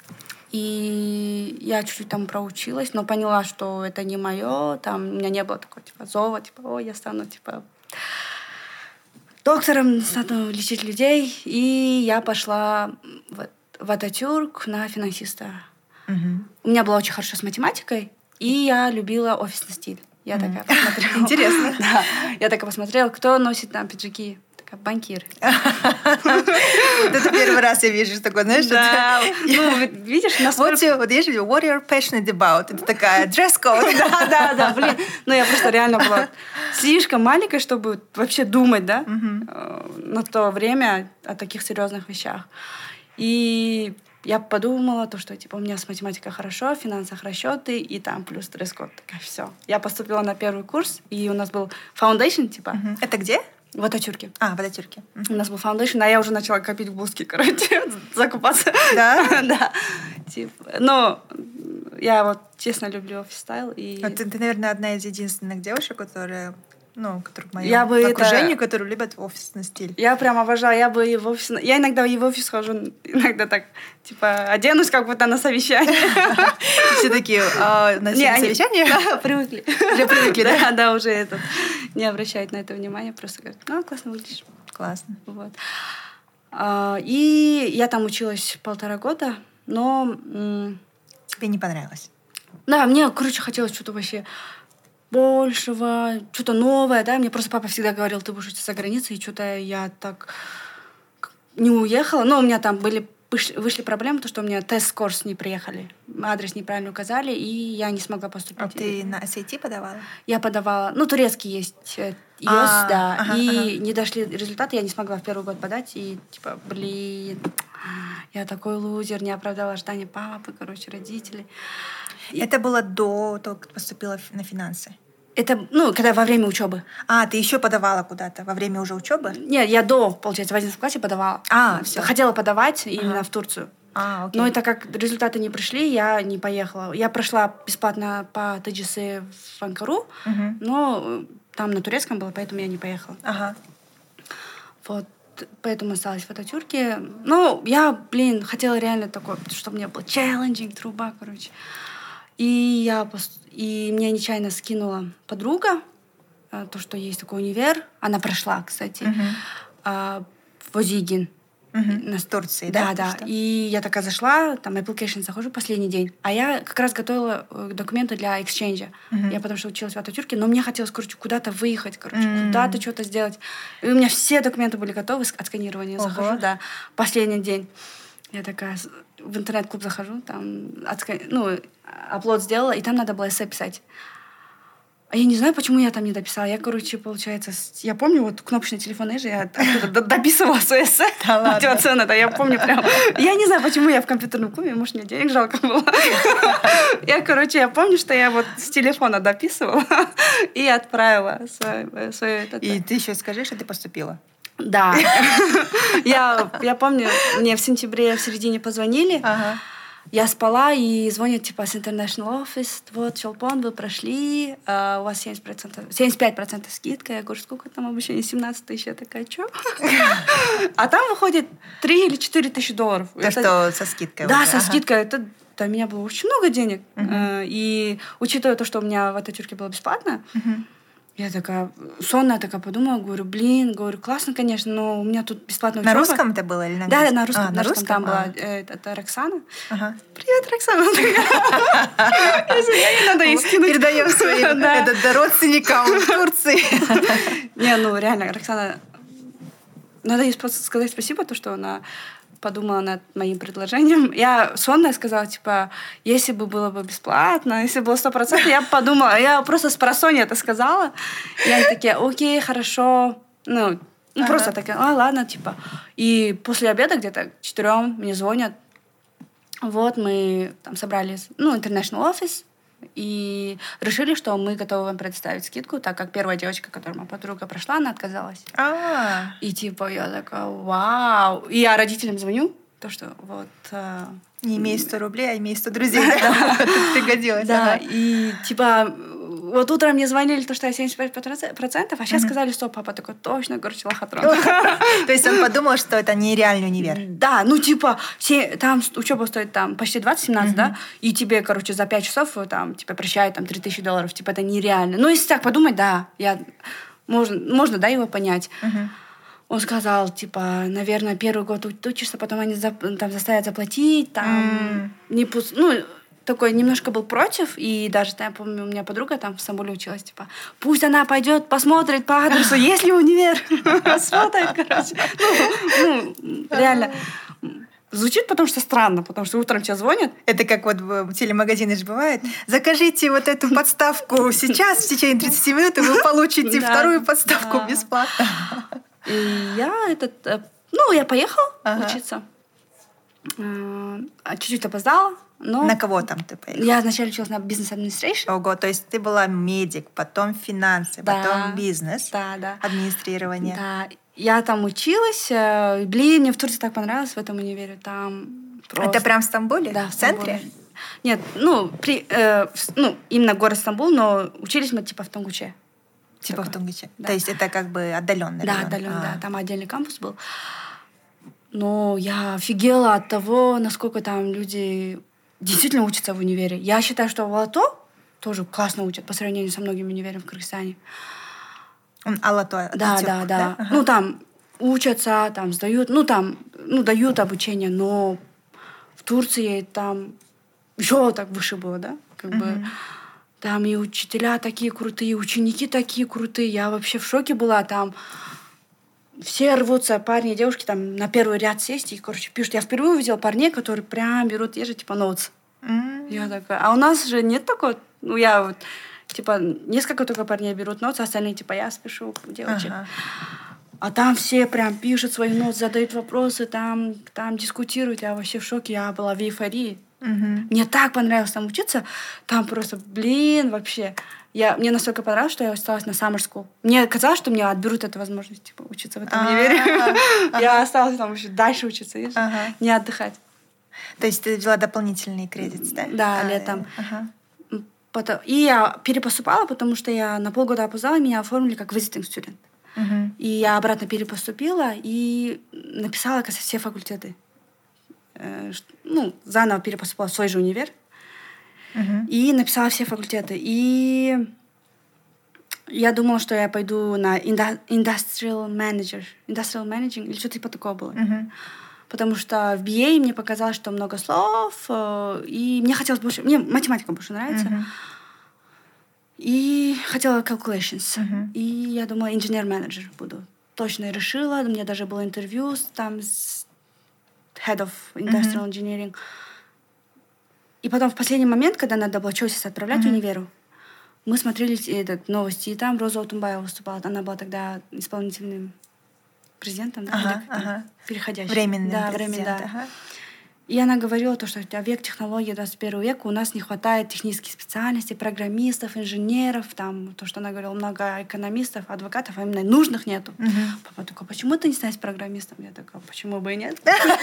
И я чуть-чуть там проучилась, но поняла, что это не мое. Там у меня не было такого типа зова, типа, ой, я стану типа доктором, стану лечить людей. И я пошла в, в Ататюрк на финансиста. Мгм. У меня была очень хорошо с математикой, и я любила офисный стиль. Я Мгм. такая посмотрела. Интересно. Да. Я такая посмотрела, кто носит там пиджаки. Такая, банкиры. Вот это первый раз я вижу такое, знаешь, Да. это- Ну, вот видишь, Вот насколько... тебе, вот видишь, what you're passionate about. Это такая dress code. Да, да, да, блин. Ну, я просто реально была слишком маленькая, чтобы вообще думать, да, Мгм. э, на то время о таких серьезных вещах. И я подумала, то, что типа у меня с математикой хорошо, в финансах расчеты, и там плюс дресс-код. Такая, все. Я поступила на первый курс, и у нас был foundation, типа, Мгм. Это где? в Ататюрке. А, в Ататюрке. У нас был foundation, а я уже начала копить блузки, короче, закупаться. Да? Да. Типа, но я вот честно люблю офис-стайл. И... Вот ты, ты, наверное, одна из единственных девушек, которая, ну, которые в моем Я бы это- окружении, которые любят офисный стиль. Я прям обожаю, я бы и в офис... Я иногда и в офис хожу, иногда так, типа, оденусь как будто на совещание. Все такие, «А, на Не, они- совещание? Да, привыкли. Уже привыкли, да? Да, да, уже этот, не обращают на это внимания, просто говорят, ну, классно выглядишь. Классно. Вот. А, И я там училась полтора года, но... м, Тебе не понравилось? Да, мне, короче, хотелось что-то вообще большего, что-то новое, да. Мне просто папа всегда говорил, ты будешь учиться за границей, и что-то я так к- не уехала. Но у меня там были вышли, вышли проблемы, то, что у меня тест-скорс не приехали, адрес неправильно указали, и я не смогла поступить. А ты на эс эй ти подавала? Я подавала, ну, турецкий есть, э, ай о эс, А, да, ага, и ага. не дошли результаты, я не смогла в первый год подать, и типа, блин, я такой лузер, не оправдала ожидания папы, короче, родителей. И- Это было до того, как ты поступила ф- на финансы? Это, ну, когда во время учебы. А, ты еще подавала куда-то во время уже учебы? Нет, я до, получается, в одиннадцатом классе подавала. А, Ну, всё. Хотела подавать именно Ага. в Турцию. А, окей. Но это как результаты не пришли, я не поехала. Я прошла бесплатно по тэ джи эс в Анкару, Мгм. но э, там на турецком было, поэтому я не поехала. Ага. Вот. Поэтому осталась в Ататюрке. Ну, я, блин, хотела реально такое, чтобы мне было challenging, труба, короче. И я пос- и мне нечаянно скинула подруга э, то, что есть такой универ. Она прошла, кстати, Мгм. а, в Озигин. Мгм. На- С Турции, да? Да, ты да. что? И я такая зашла, там, application захожу, последний день. А я как раз готовила э, документы для эксченджа. Мгм. Я потому что училась в Ататюрке, но мне хотелось, короче, куда-то выехать, короче, М. куда-то что-то сделать. И у меня все документы были готовы с- от сканирования. Ого. Захожу, да, последний день. Я такая с- в интернет-клуб захожу, там, отска- ну, аплод сделала, и там надо было эссе писать. А я не знаю, почему я там не дописала. Я, короче, получается, я помню, вот кнопочный телефон же я оттуда дописывала свое эссе мотивационное, да, я помню прям. Я не знаю, почему я в компьютерном клубе, может, мне денег жалко было. Я, короче, я помню, что я вот с телефона дописывала и отправила свое... И ты еще скажи, что ты поступила. Да. Я, я помню, мне в сентябре, в середине позвонили. Ага. Я спала, и звонят, типа, с International Office. Вот, Чолпон, вы прошли, а у вас семьдесят процентов, семьдесят пять процентов скидка. Я говорю, сколько там обучение? семнадцать тысяч. Я такая, что? А там выходит три или четыре тысячи долларов. То, что со скидкой. Да, со скидкой. Это для меня было очень много денег. И учитывая то, что у меня в Ататюрке было бесплатно, я такая сонная такая подумала, говорю, блин, говорю, классно, конечно, но у меня тут бесплатная учеба. На русском это было или на английском? Да, да, на русском. А, на, на русском там а. была э, это Роксана. Ага. Привет, Роксана. Я ей надо ей скинуть. Передаем своим родственникам в Турции. Не, ну реально, Роксана, надо ей сказать спасибо, то, что она подумала над моим предложением. Я сонная сказала, типа, если бы было бы бесплатно, если бы было сто процентов, я бы подумала. Я просто с просонья это сказала. И они такие, окей, хорошо. Ну, ну ага. Просто такая, а, ладно, типа. И после обеда где-то к четырем мне звонят. Вот, мы там собрались, ну, International Office, и решили, что мы готовы вам предоставить скидку, так как первая девочка, которую моя подруга прошла, она отказалась. А-а-а. И типа я такая, вау. И я родителям звоню, то, что вот... Э... Не имей сто рублей, а имей сто друзей. Пригодилось. Да, и типа... Вот утром мне звонили, то, что я семьдесят пять процентов, а сейчас сказали, что папа такой, точно, короче, лохотрон. То есть он подумал, что это нереальный универ. Да, ну типа, там учеба стоит там почти двадцать-семнадцать, да, и тебе, короче, за пять часов там тебя прощают там три тысячи долларов, типа это нереально. Ну, если так подумать, да, я... можно, можно, да, его понять. Он сказал, типа, наверное, первый год учишься, потом они там заставят заплатить, там, не пусть... Ну, такой немножко был против, и даже, я помню, у меня подруга там в Стамбуле училась, типа, пусть она пойдет, посмотрит по адресу, есть ли универ, смотрит, короче. Ну, ну, реально. Звучит потому что странно, потому что утром тебе звонят. Это как вот в телемагазине же бывает. Закажите вот эту подставку сейчас, в течение тридцати минут, и вы получите вторую подставку бесплатно. И я этот... Ну, я поехала учиться. Чуть-чуть опоздала. Но на кого там ты поехала? Я вначале училась на бизнес-администрейшн. Ого, то есть ты была медик, потом финансы, да, потом бизнес, да, да. администрирование. Да, я там училась. Блин, мне в Турции так понравилось в этом универе. Там просто... Это прям в Стамбуле? Да, в, в центре? Нет, ну, при, э, ну, именно город Стамбул, но учились мы типа в Тунгуче. Типа такой. В Тунгуче. Да. То есть это как бы отдаленный Да, район. отдаленный, а. да. Там отдельный кампус был. Но я офигела от того, насколько там люди действительно учатся в универе. Я считаю, что в Алато тоже классно учат по сравнению со многими универами в Кыргызстане. Алато? Да, Атюрк, да, да. да? Ага. Ну, там учатся, там сдают, ну, там, ну, дают обучение, но в Турции там еще так выше было, да? Как uh-huh. бы там и учителя такие крутые, и ученики такие крутые. Я вообще в шоке была. Там все рвутся, парни и девушки, там на первый ряд сесть и, короче, пишут. Я впервые увидела парней, которые прям берут те же, типа, ноутс. Mm-hmm. Я такая, а у нас же нет такого. Ну, я вот, типа, несколько только парней берут ноутс, а остальные, типа, я спешу, девочек. Uh-huh. А там все прям пишут свои ноутс, задают вопросы, там, там дискутируют. Я вообще в шоке, я была в эйфории. Mm-hmm. Мне так понравилось там учиться. Там просто, блин, вообще... Я, мне настолько понравилось, что я осталась на summer school. Мне казалось, что мне отберут эту возможность типа, учиться в этом универе. Я осталась там еще дальше учиться, не отдыхать. То есть ты взяла дополнительный кредит, да? Да, летом. И я перепоступала, потому что я на полгода опоздала, меня оформили как visiting student. И я обратно перепоступила и написала все факультеты. Ну, заново перепоступала в свой же универ. Uh-huh. И написала все факультеты. И я думала, что я пойду на industrial manager, industrial managing или что-то типа такого было. Uh-huh. Потому что в би эй мне показалось, что много слов, и мне хотелось больше... Мне математика больше нравится. Uh-huh. И хотела calculations. Uh-huh. И я думала, инженер-менеджер буду. Точно решила. У меня даже было интервью там с head of industrial uh-huh. engineering. И потом в последний момент, когда надо было choices отправлять mm-hmm. универу, мы смотрели этот, новости, и там Роза Отунбаева выступала. Она была тогда исполнительным президентом, да? Ага, Или как там? ага. Переходящим. Временный да, президент. временный, да. Ага. И она говорила, то, что это век технологий двадцать первого века, у нас не хватает технических специальностей, программистов, инженеров, там, то, что она говорила, много экономистов, адвокатов, а именно нужных нету. Мгм. Папа такой, почему ты не станешь программистом? Я такая, почему бы и нет?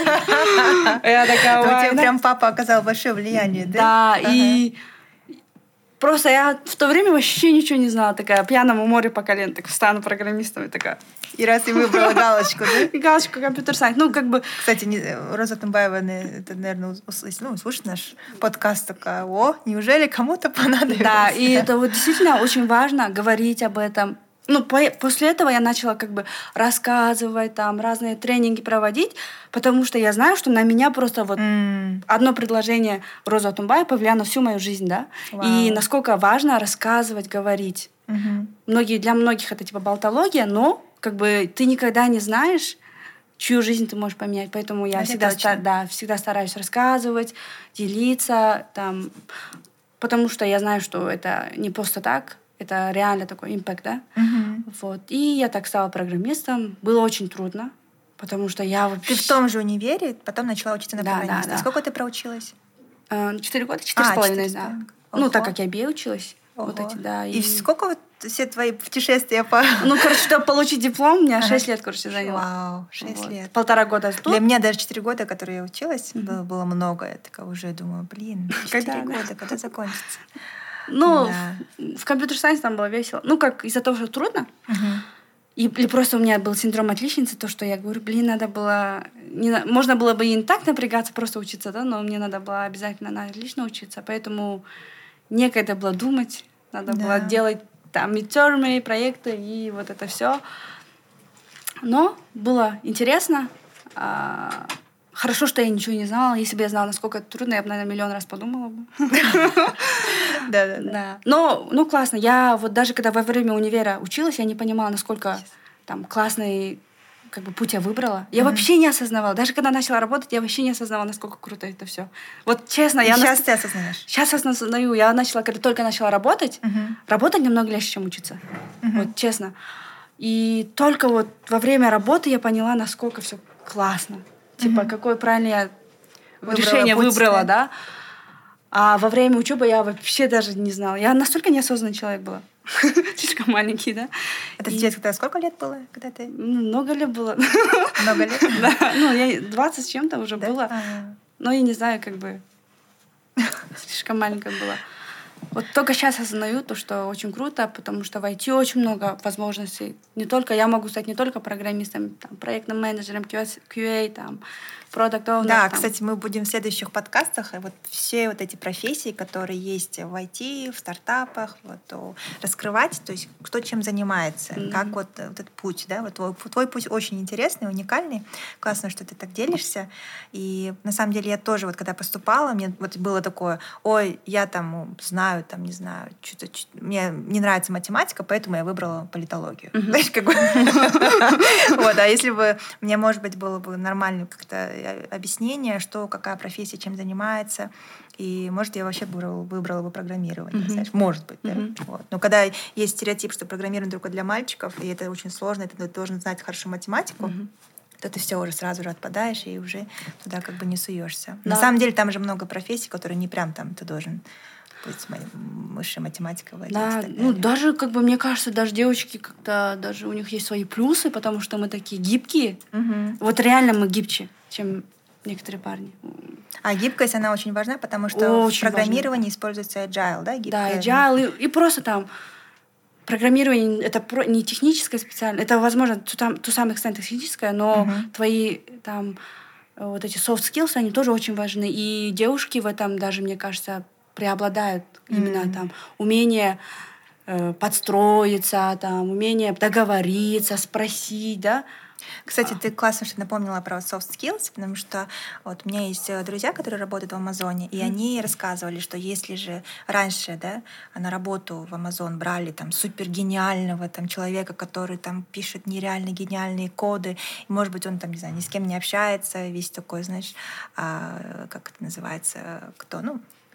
Я такая, Ну, у тебя «Why not?» прям папа оказал большое влияние, да? Да, Ага. и просто я в то время вообще ничего не знала. Такая пьяному море по колено, так стану программистом. И такая, И раз и выбрала галочку, да? и галочку компьютер-сайенс. Ну, как бы, Кстати, не- Роза Тумбаева, на- это, наверное, ну, слушает наш подкаст, такая, о, неужели кому-то понадобилось? да, и это вот действительно очень важно говорить об этом. Ну, по- после этого я начала как бы рассказывать, там, разные тренинги проводить, потому что я знаю, что на меня просто вот М, одно предложение Розы Отунбаевой повлияло на всю мою жизнь, да? Вау. И насколько важно рассказывать, говорить. мгм. Многие, для многих это типа болтология, но как бы ты никогда не знаешь, чью жизнь ты можешь поменять. Поэтому я Это всегда, точно. ста- да, всегда стараюсь рассказывать, делиться, там, потому что я знаю, что это не просто так, это реально такой импакт, да? Мгм. Вот. И я так стала программистом. Было очень трудно, потому что я вообще... Ты в том же универе, потом начала учиться на Да, да, программиста. да. Сколько ты проучилась? Э, Четыре года, четыре А, с половиной, четыре с да. половиной. Ну, Ого. так как я би эй училась, вот Ого. эти, да. И сколько вот все твои путешествия по... Ну, короче, чтобы получить диплом, мне Ага. шесть лет, короче, заняло. Вау, шесть Вот. лет. Полтора года тут. Для меня даже четыре года, которые я училась, Мгм. было, было много. Я такая уже думаю, блин, Когда, четыре да? года, когда закончится? Ну, Да. в, в компьютер-сайенс там было весело. Ну, как из-за того, что трудно. Мгм. И, или просто у меня был синдром отличницы, то, что я говорю, блин, надо было... Не, на- можно было бы и не так напрягаться, просто учиться, да, но мне надо было обязательно на отлично учиться, поэтому некогда было думать, надо Да. было делать там мидтермы, проекты и вот это все. Но было интересно. А, Хорошо, что я ничего не знала. Если бы я знала, насколько это трудно, я бы, наверное, миллион раз подумала бы. Да-да-да. Да. Но, ну, классно. Я вот даже когда во время универа училась, я не понимала, насколько там классный как бы путь я выбрала. Я Мгм. вообще не осознавала. Даже когда начала работать, я вообще не осознавала, насколько круто это все. Вот честно, И я сейчас ты осознаешь. сейчас осознаю. Я начала, когда только начала работать, Мгм. работать намного легче, чем учиться. Мгм. Вот честно. И только вот во время работы я поняла, насколько все классно. Типа, Мгм. какое правильное я Выбрала решение путь, выбрала, да? да. А во время учебы я вообще даже не знала. Я настолько неосознанный человек была. Слишком маленький, да. Это И, тебе тогда сколько лет было, когда ты... ну, много лет было. Много лет? Да, ну, я двадцать с чем-то уже Да? было. А. Но я не знаю, как бы слишком маленькая была. Вот только сейчас осознаю то, что очень круто, потому что в ай ти очень много возможностей. Не только я могу стать не только программистом, там, проектным менеджером, кью эй, там, product owner. Да, там. кстати, мы будем в следующих подкастах и вот все вот эти профессии, которые есть в ай ти, в стартапах, вот, о, раскрывать, то есть кто чем занимается, Мгм. как вот, э, вот этот путь, да, вот твой, твой путь очень интересный, уникальный, классно, что ты так делишься, и на самом деле я тоже вот когда поступала, мне вот было такое, ой, я там ну, знаю, там, не знаю, что-то, чё- мне не нравится математика, поэтому я выбрала политологию. Мгм. Знаешь, как бы... Вот, а если бы мне, может быть, было бы нормально как-то э, объяснение, что, какая профессия, чем занимается, и, может, я вообще выбрала, выбрала бы программирование, Мгм. знаешь, может быть, да? Мгм. Вот. Но когда есть стереотип, что программирование только для мальчиков, и это очень сложно, ты должен знать хорошо математику, Мгм. то ты все уже сразу же отпадаешь и уже туда как бы не суешься. На Да. самом деле там же много профессий, которые не прям там ты должен быть ма- высшая математика владеть. Да, и так ну далее. даже, как бы, мне кажется, даже девочки как-то, даже у них есть свои плюсы, потому что мы такие гибкие. Мгм. Вот реально мы гибче, чем некоторые парни. А гибкость, она очень важна, потому что Очень в программировании используется agile, да? Да, гибкая- agile, и, и просто там программирование — это про- не техническое специально, это, возможно, ту, там, ту самую эксцент техническое, но Мгм. твои там э, вот эти soft skills, они тоже очень важны. И девушки в этом даже, мне кажется, преобладают. Именно М. там умение э, подстроиться, там, умение договориться, спросить, да. Кстати, ты классно, что напомнила про soft skills, потому что вот у меня есть э, друзья, которые работают в Амазоне, и Мгм. они рассказывали, что если же раньше, да, на работу в Амазон брали там супер гениального там человека, который там пишет нереально гениальные коды, и, может быть, он там, не знаю, ни с кем не общается, весь такой, знаешь, а, как это называется, кто, ну,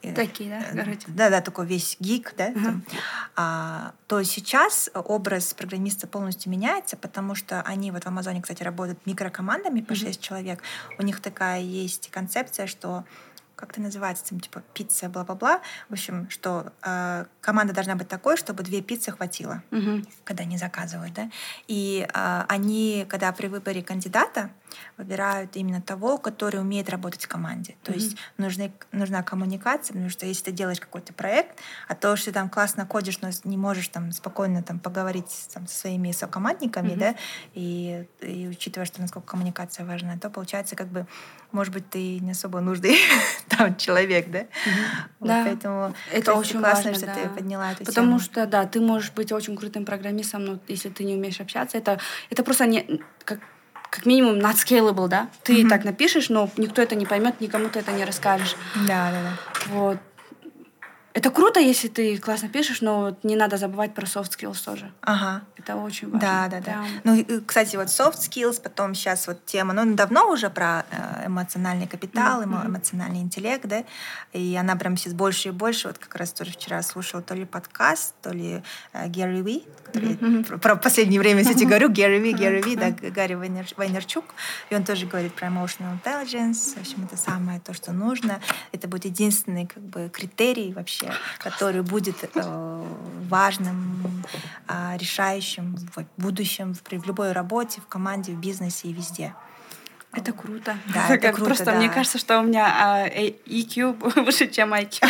Такие, да, короче. Да, да, такой весь гик, да, Uh-huh. там, а, то сейчас образ программиста полностью меняется, потому что они вот в Амазоне, кстати, работают микрокомандами по шесть uh-huh. человек. У них такая есть концепция, что как это называется, там, типа пицца, бла-бла-бла. В общем, что э, команда должна быть такой, чтобы две пиццы хватило, uh-huh. когда они заказывают, да. И э, они, когда при выборе кандидата, выбирают именно того, который умеет работать в команде. То mm-hmm. есть нужны, нужна коммуникация, потому что если ты делаешь какой-то проект, а то, что ты там классно кодишь, но не можешь там спокойно там поговорить там, со своими сокомандниками, mm-hmm. да, и, и учитывая, что насколько коммуникация важна, то получается как бы, может быть, ты не особо нужный там человек, да? Mm-hmm. Вот, да. поэтому это очень классно, важно, что да. ты подняла эту Потому тему. что, да, ты можешь быть очень крутым программистом, но если ты не умеешь общаться, это, это просто не... Как, как минимум not scalable, да? Ты mm-hmm. так напишешь, но никто это не поймет, никому ты это не расскажешь. Да, да, да. Вот. Это круто, если ты классно пишешь, но не надо забывать про soft skills тоже. Ага. Это очень важно. Да, да, да. Ну, кстати, вот soft skills, потом сейчас вот тема, ну, давно уже про эмоциональный капитал, mm-hmm. эмоциональный интеллект, да, и она прям сейчас больше и больше, вот как раз тоже вчера слушала то ли подкаст, то ли Гэри Ви, который mm-hmm. про, про последнее время, кстати, говорю, Гэри Ви, Гэри Ви, да, Гарри Вайнерчук, и он тоже говорит про emotional intelligence, в общем, это самое то, что нужно, это будет единственный, как бы, критерий вообще, который будет э, важным, э, решающим в будущем, в, в любой работе, в команде, в бизнесе и везде. Это круто. Да, это круто, Просто да. мне кажется, что у меня и кью выше, чем ай кью.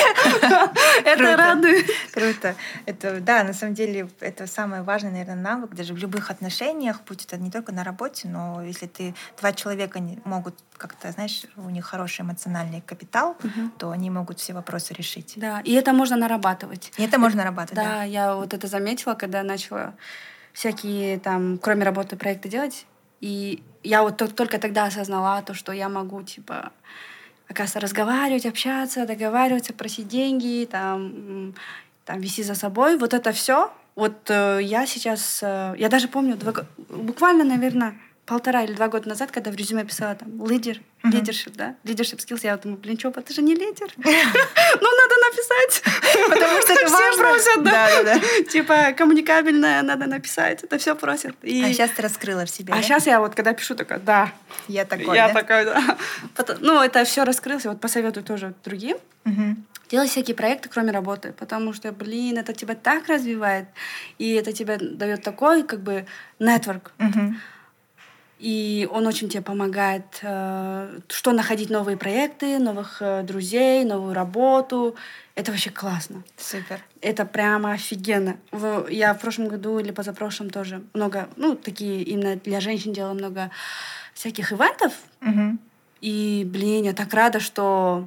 Это радует. Круто. Это, да, на самом деле, это самый важный, наверное, навык даже в любых отношениях, будь это не только на работе, но если ты два человека могут как-то, знаешь, у них хороший эмоциональный капитал, то они могут все вопросы решить. Да, и это можно нарабатывать. И это можно нарабатывать, да. Да, я вот это заметила, когда начала всякие там, кроме работы, проекты делать. И я вот только тогда осознала то, что я могу, типа, оказывается, разговаривать, общаться, договариваться, просить деньги, там, там вести за собой. Вот это все. Вот э, я сейчас... Э, я даже помню, два, буквально, наверное, полтора или два года назад, когда в резюме писала там лидер, uh-huh. leadership, да, leadership skills, я думаю, блин, что, ты же не лидер. Ну, надо написать. Потому что это все важно. просят, да. Да, да, да. Типа, коммуникабельное надо написать, это все просят. И... А сейчас ты раскрыла в себе, А да? сейчас я вот, когда пишу, такая, да. Я такой, Я да? такой, да. Потом, ну, это все раскрылось, вот посоветую тоже другим. Угу. Делай всякие проекты, кроме работы, потому что, блин, это тебя так развивает, и это тебе дает такой, как бы, нетворк. Угу. И он очень тебе помогает, э, что находить новые проекты, новых э, друзей, новую работу. Это вообще классно. Супер. Это прямо офигенно. В, я в прошлом году или позапрошлом тоже много, ну, такие именно для женщин делала много всяких ивентов. Угу. И, блин, я так рада, что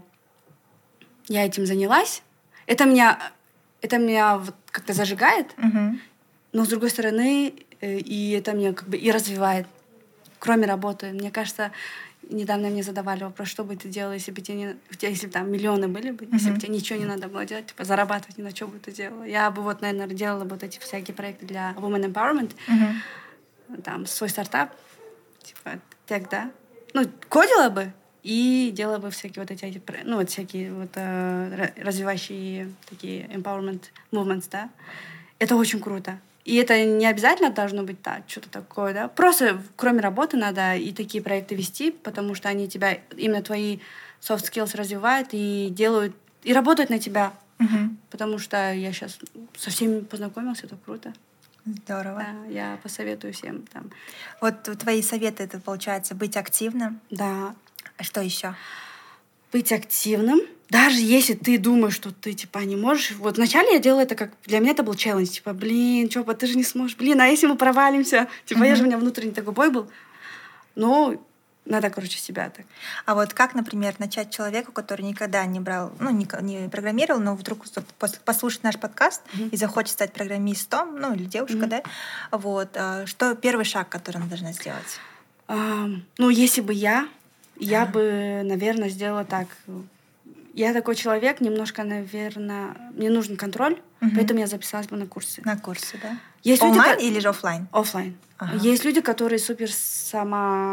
я этим занялась. Это меня, это меня вот как-то зажигает, угу. но, с другой стороны, э, и это меня как бы и развивает. Кроме работы. Мне кажется, недавно мне задавали вопрос, что бы ты делала, если бы тебе не... если бы там миллионы были бы, mm-hmm. если бы тебе ничего не надо было делать, типа зарабатывать ни на что бы ты делала. Я бы вот, наверное, делала бы вот эти всякие проекты для women empowerment, mm-hmm. там свой стартап, типа тогда, ну кодила бы и делала бы всякие вот эти, ну вот всякие вот э, развивающие такие empowerment movements, да. Это очень круто. И это не обязательно должно быть так, что-то такое, да. Просто кроме работы надо и такие проекты вести, потому что они тебя, именно твои soft skills развивают и делают, и работают на тебя. Угу. Потому что я сейчас со всеми познакомилась, это круто. Здорово. Да, я посоветую всем там. Вот твои советы, это получается быть активным. Да. А что еще? Быть активным. Даже если ты думаешь, что ты, типа, не можешь... Вот вначале я делала это как... Для меня это был челлендж. Типа, блин, чё, ты же не сможешь. Блин, а если мы провалимся? Типа, uh-huh. я же, у меня внутренний такой бой был. Ну, надо, короче, себя так. А вот как, например, начать человеку, который никогда не брал, ну, не, не программировал, но вдруг послушает наш подкаст uh-huh. и захочет стать программистом, ну, или девушка, uh-huh. да? Вот. Что первый шаг, который она должна сделать? Um, ну, если бы я, я uh-huh. бы, наверное, сделала так... Я такой человек, немножко, наверное, мне нужен контроль, uh-huh. поэтому я записалась бы на курсы. На курсы, да? Есть онлайн люди, или же офлайн? Офлайн. Ага. Есть люди, которые супер сама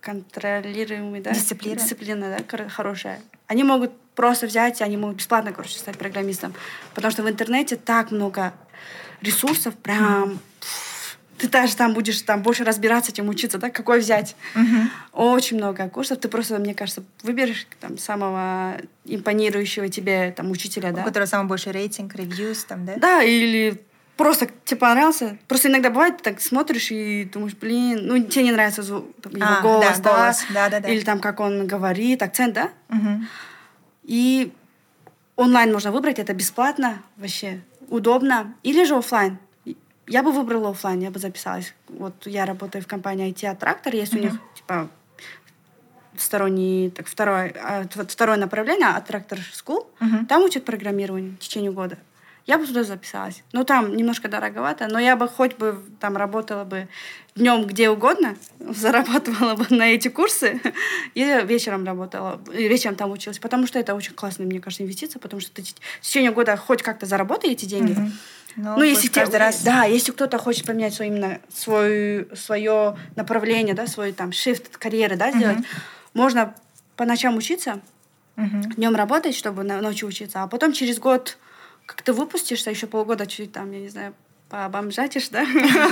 контролируемый, да? Дисциплина. Дисциплина, да, кор- хорошая. Они могут просто взять, они могут бесплатно, короче, стать программистом. Потому что в интернете так много ресурсов, прям... Ты даже там будешь там больше разбираться, чем учиться, да? Какой взять? Мгм. Очень много курсов. Ты просто, мне кажется, выберешь там самого импонирующего тебе там учителя, У да? которого самый большой рейтинг, ревьюз там, да? Да, или просто тебе понравился. Просто иногда бывает, ты так смотришь и думаешь, блин, ну тебе не нравится звук, его А, голос, да, да? голос, да-да-да. Или там как он говорит, акцент, да? Мгм. И онлайн можно выбрать, это бесплатно вообще, удобно. Или же оффлайн. Я бы выбрала оффлайн, я бы записалась. Вот я работаю в компании ай ти-аттрактор, есть у них типа сторонний, так, второе, а, вот второе направление, Attractor School. Мгм. Там учат программированию в течение года. Я бы туда записалась. Ну, там немножко дороговато, но я бы хоть бы там работала бы днем где угодно, зарабатывала бы на эти курсы, и вечером работала, и вечером там училась. Потому что это очень классная, мне кажется, инвестиция, потому что ты в течение года хоть как-то заработаешь эти деньги. Мгм. Ну, Ну, если будешь каждый те- раз... да, если кто-то хочет поменять свое именно свое, свое направление, да, свой там shift карьеры, да, сделать, Мгм. можно по ночам учиться, Мгм. днем работать, чтобы на ночью учиться, а потом через год, как ты выпустишься, еще полгода чуть там, я не знаю, побомжатишь, да?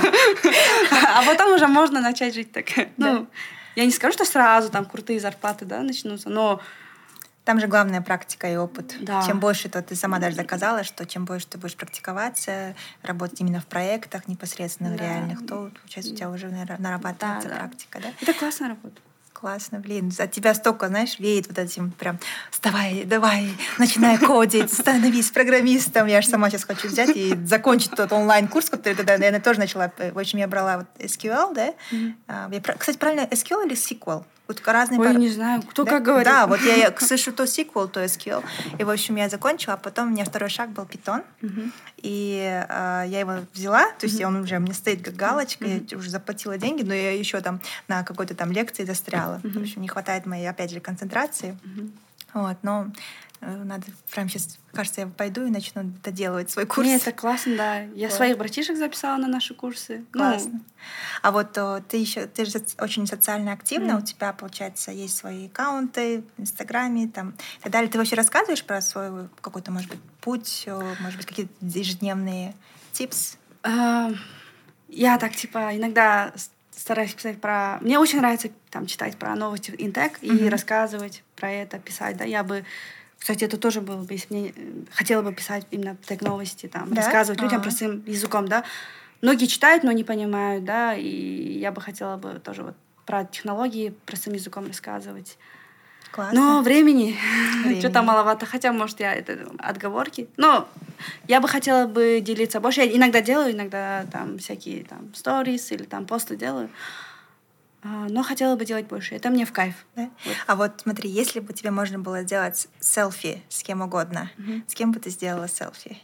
А потом уже можно начать жить так. Ну, я не скажу, что сразу там крутые зарплаты, да, начнутся, но Там же главная практика и опыт. Да. Чем больше, то ты сама даже доказала, что чем больше ты будешь практиковаться, работать именно в проектах непосредственно, в Да. реальных, то, получается, у тебя уже нара- нарабатывается Да, да. практика, да? это классная работа. Классно, блин. От тебя столько, знаешь, веет вот этим прям «вставай, давай, начинай кодить, становись программистом». Я же сама сейчас хочу взять и закончить тот онлайн-курс, который тогда, наверное, тоже начала. В общем, я брала вот эс кью эл, да? А, я про- Кстати, правильно, эс кью эл или сиквел? Вот разные Ой, пар- не знаю, кто Да? как говорит. Да, вот я, я слышу то сиквел, то эс кью эл. И, в общем, я закончила, а потом у меня второй шаг был Python. Мгм. И а, я его взяла, то есть он уже у меня стоит как галочка, Мгм. я уже заплатила деньги, но я еще там на какой-то там лекции застряла. Мгм. В общем, не хватает моей, опять же, концентрации. Мгм. Вот, но э, надо прямо сейчас, кажется, я пойду и начну доделывать свой курс. Не, это классно, да. Я Вот. своих братишек записала на наши курсы. Классно. Ну, А вот э, ты еще, ты же соци- очень социально активна, Мгм. у тебя, получается, есть свои аккаунты в Инстаграме, там, и так далее. Ты вообще рассказываешь про свой какой-то, может быть, путь, э, может быть, какие-то ежедневные типс? а, я так, типа, иногда с- стараюсь писать про... Мне очень нравится там читать про новости Интек и Мгм. рассказывать про это, писать, да. Я бы... Кстати, это тоже было бы, если мне... э, Хотела бы писать именно тег-новости, там, Да? рассказывать людям А. простым языком, да. Многие читают, но не понимают, да, и я бы хотела бы тоже вот про технологии простым языком рассказывать. Классно. Но времени, Времени. что-то маловато. Хотя, может, я это отговорки. Но я бы хотела бы делиться больше. Я иногда делаю, иногда там всякие там сторис или там посты делаю. А, Но хотела бы делать больше. Это мне в кайф. Да? А вот смотри, если бы тебе можно было сделать селфи с кем угодно, Мгм. с кем бы ты сделала селфи?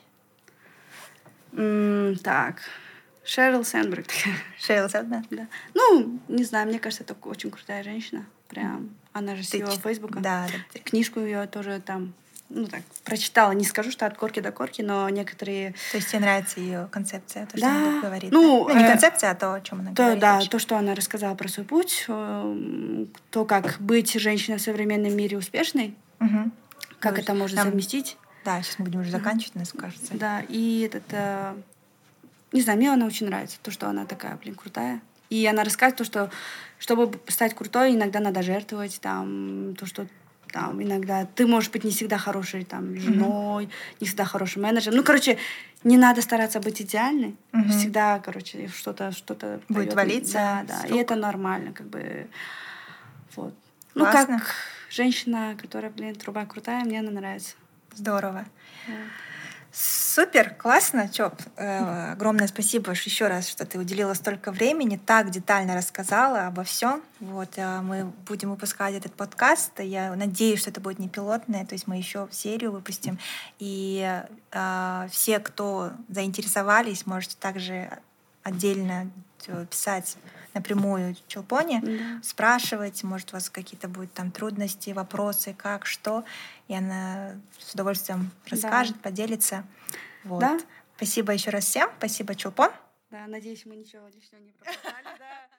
М, Так. Шерил Сэндберг. Шейл Сэндберг? Да. Ну, не знаю, мне кажется, это очень крутая женщина. Прям. Она же Ты си и о ч- Фейсбука. Да, да. ты- Книжку ее тоже там, ну так, прочитала. Не скажу, что от корки до корки, но некоторые... То есть тебе нравится ее концепция, то, что Да. она говорит? Ну, да? Ну, не э, концепция, а то, о чем она То, говорит. да, вообще. то, что она рассказала про свой путь, эм, то, как быть женщиной в современном мире успешной, Мгм. как Ну, это можно нам- совместить. Да, сейчас мы будем уже заканчивать, мне кажется. Да, и этот... э, не знаю, мне она очень нравится, то, что она такая, блин, крутая. И она рассказывает то, что чтобы стать крутой, иногда надо жертвовать, там, то, что там иногда ты можешь быть не всегда хорошей там, женой, не всегда хорошим менеджером. Ну, короче, не надо стараться быть идеальной. Мгм. Всегда, короче, что-то что-то Будет даёт. валиться Да, да. с И рук. это нормально, как бы. Вот. Ну, Классно. как женщина, которая, блин, труба крутая, мне она нравится. Здорово. Вот. Супер, классно, Чоп. Э, огромное спасибо еще раз, что ты уделила столько времени, так детально рассказала обо всем. Вот, э, мы будем выпускать этот подкаст. Я надеюсь, что это будет не пилотное, то есть мы еще серию выпустим. И э, все, кто заинтересовались, можете также отдельно э, писать напрямую Чулпоне, Да. спрашивать, может, у вас какие-то будут там трудности, вопросы, как, что, и она с удовольствием расскажет, поделится. Вот. Да. Спасибо еще раз всем, спасибо, Чулпон. Да, надеюсь, мы ничего лишнего не пропускали. Да.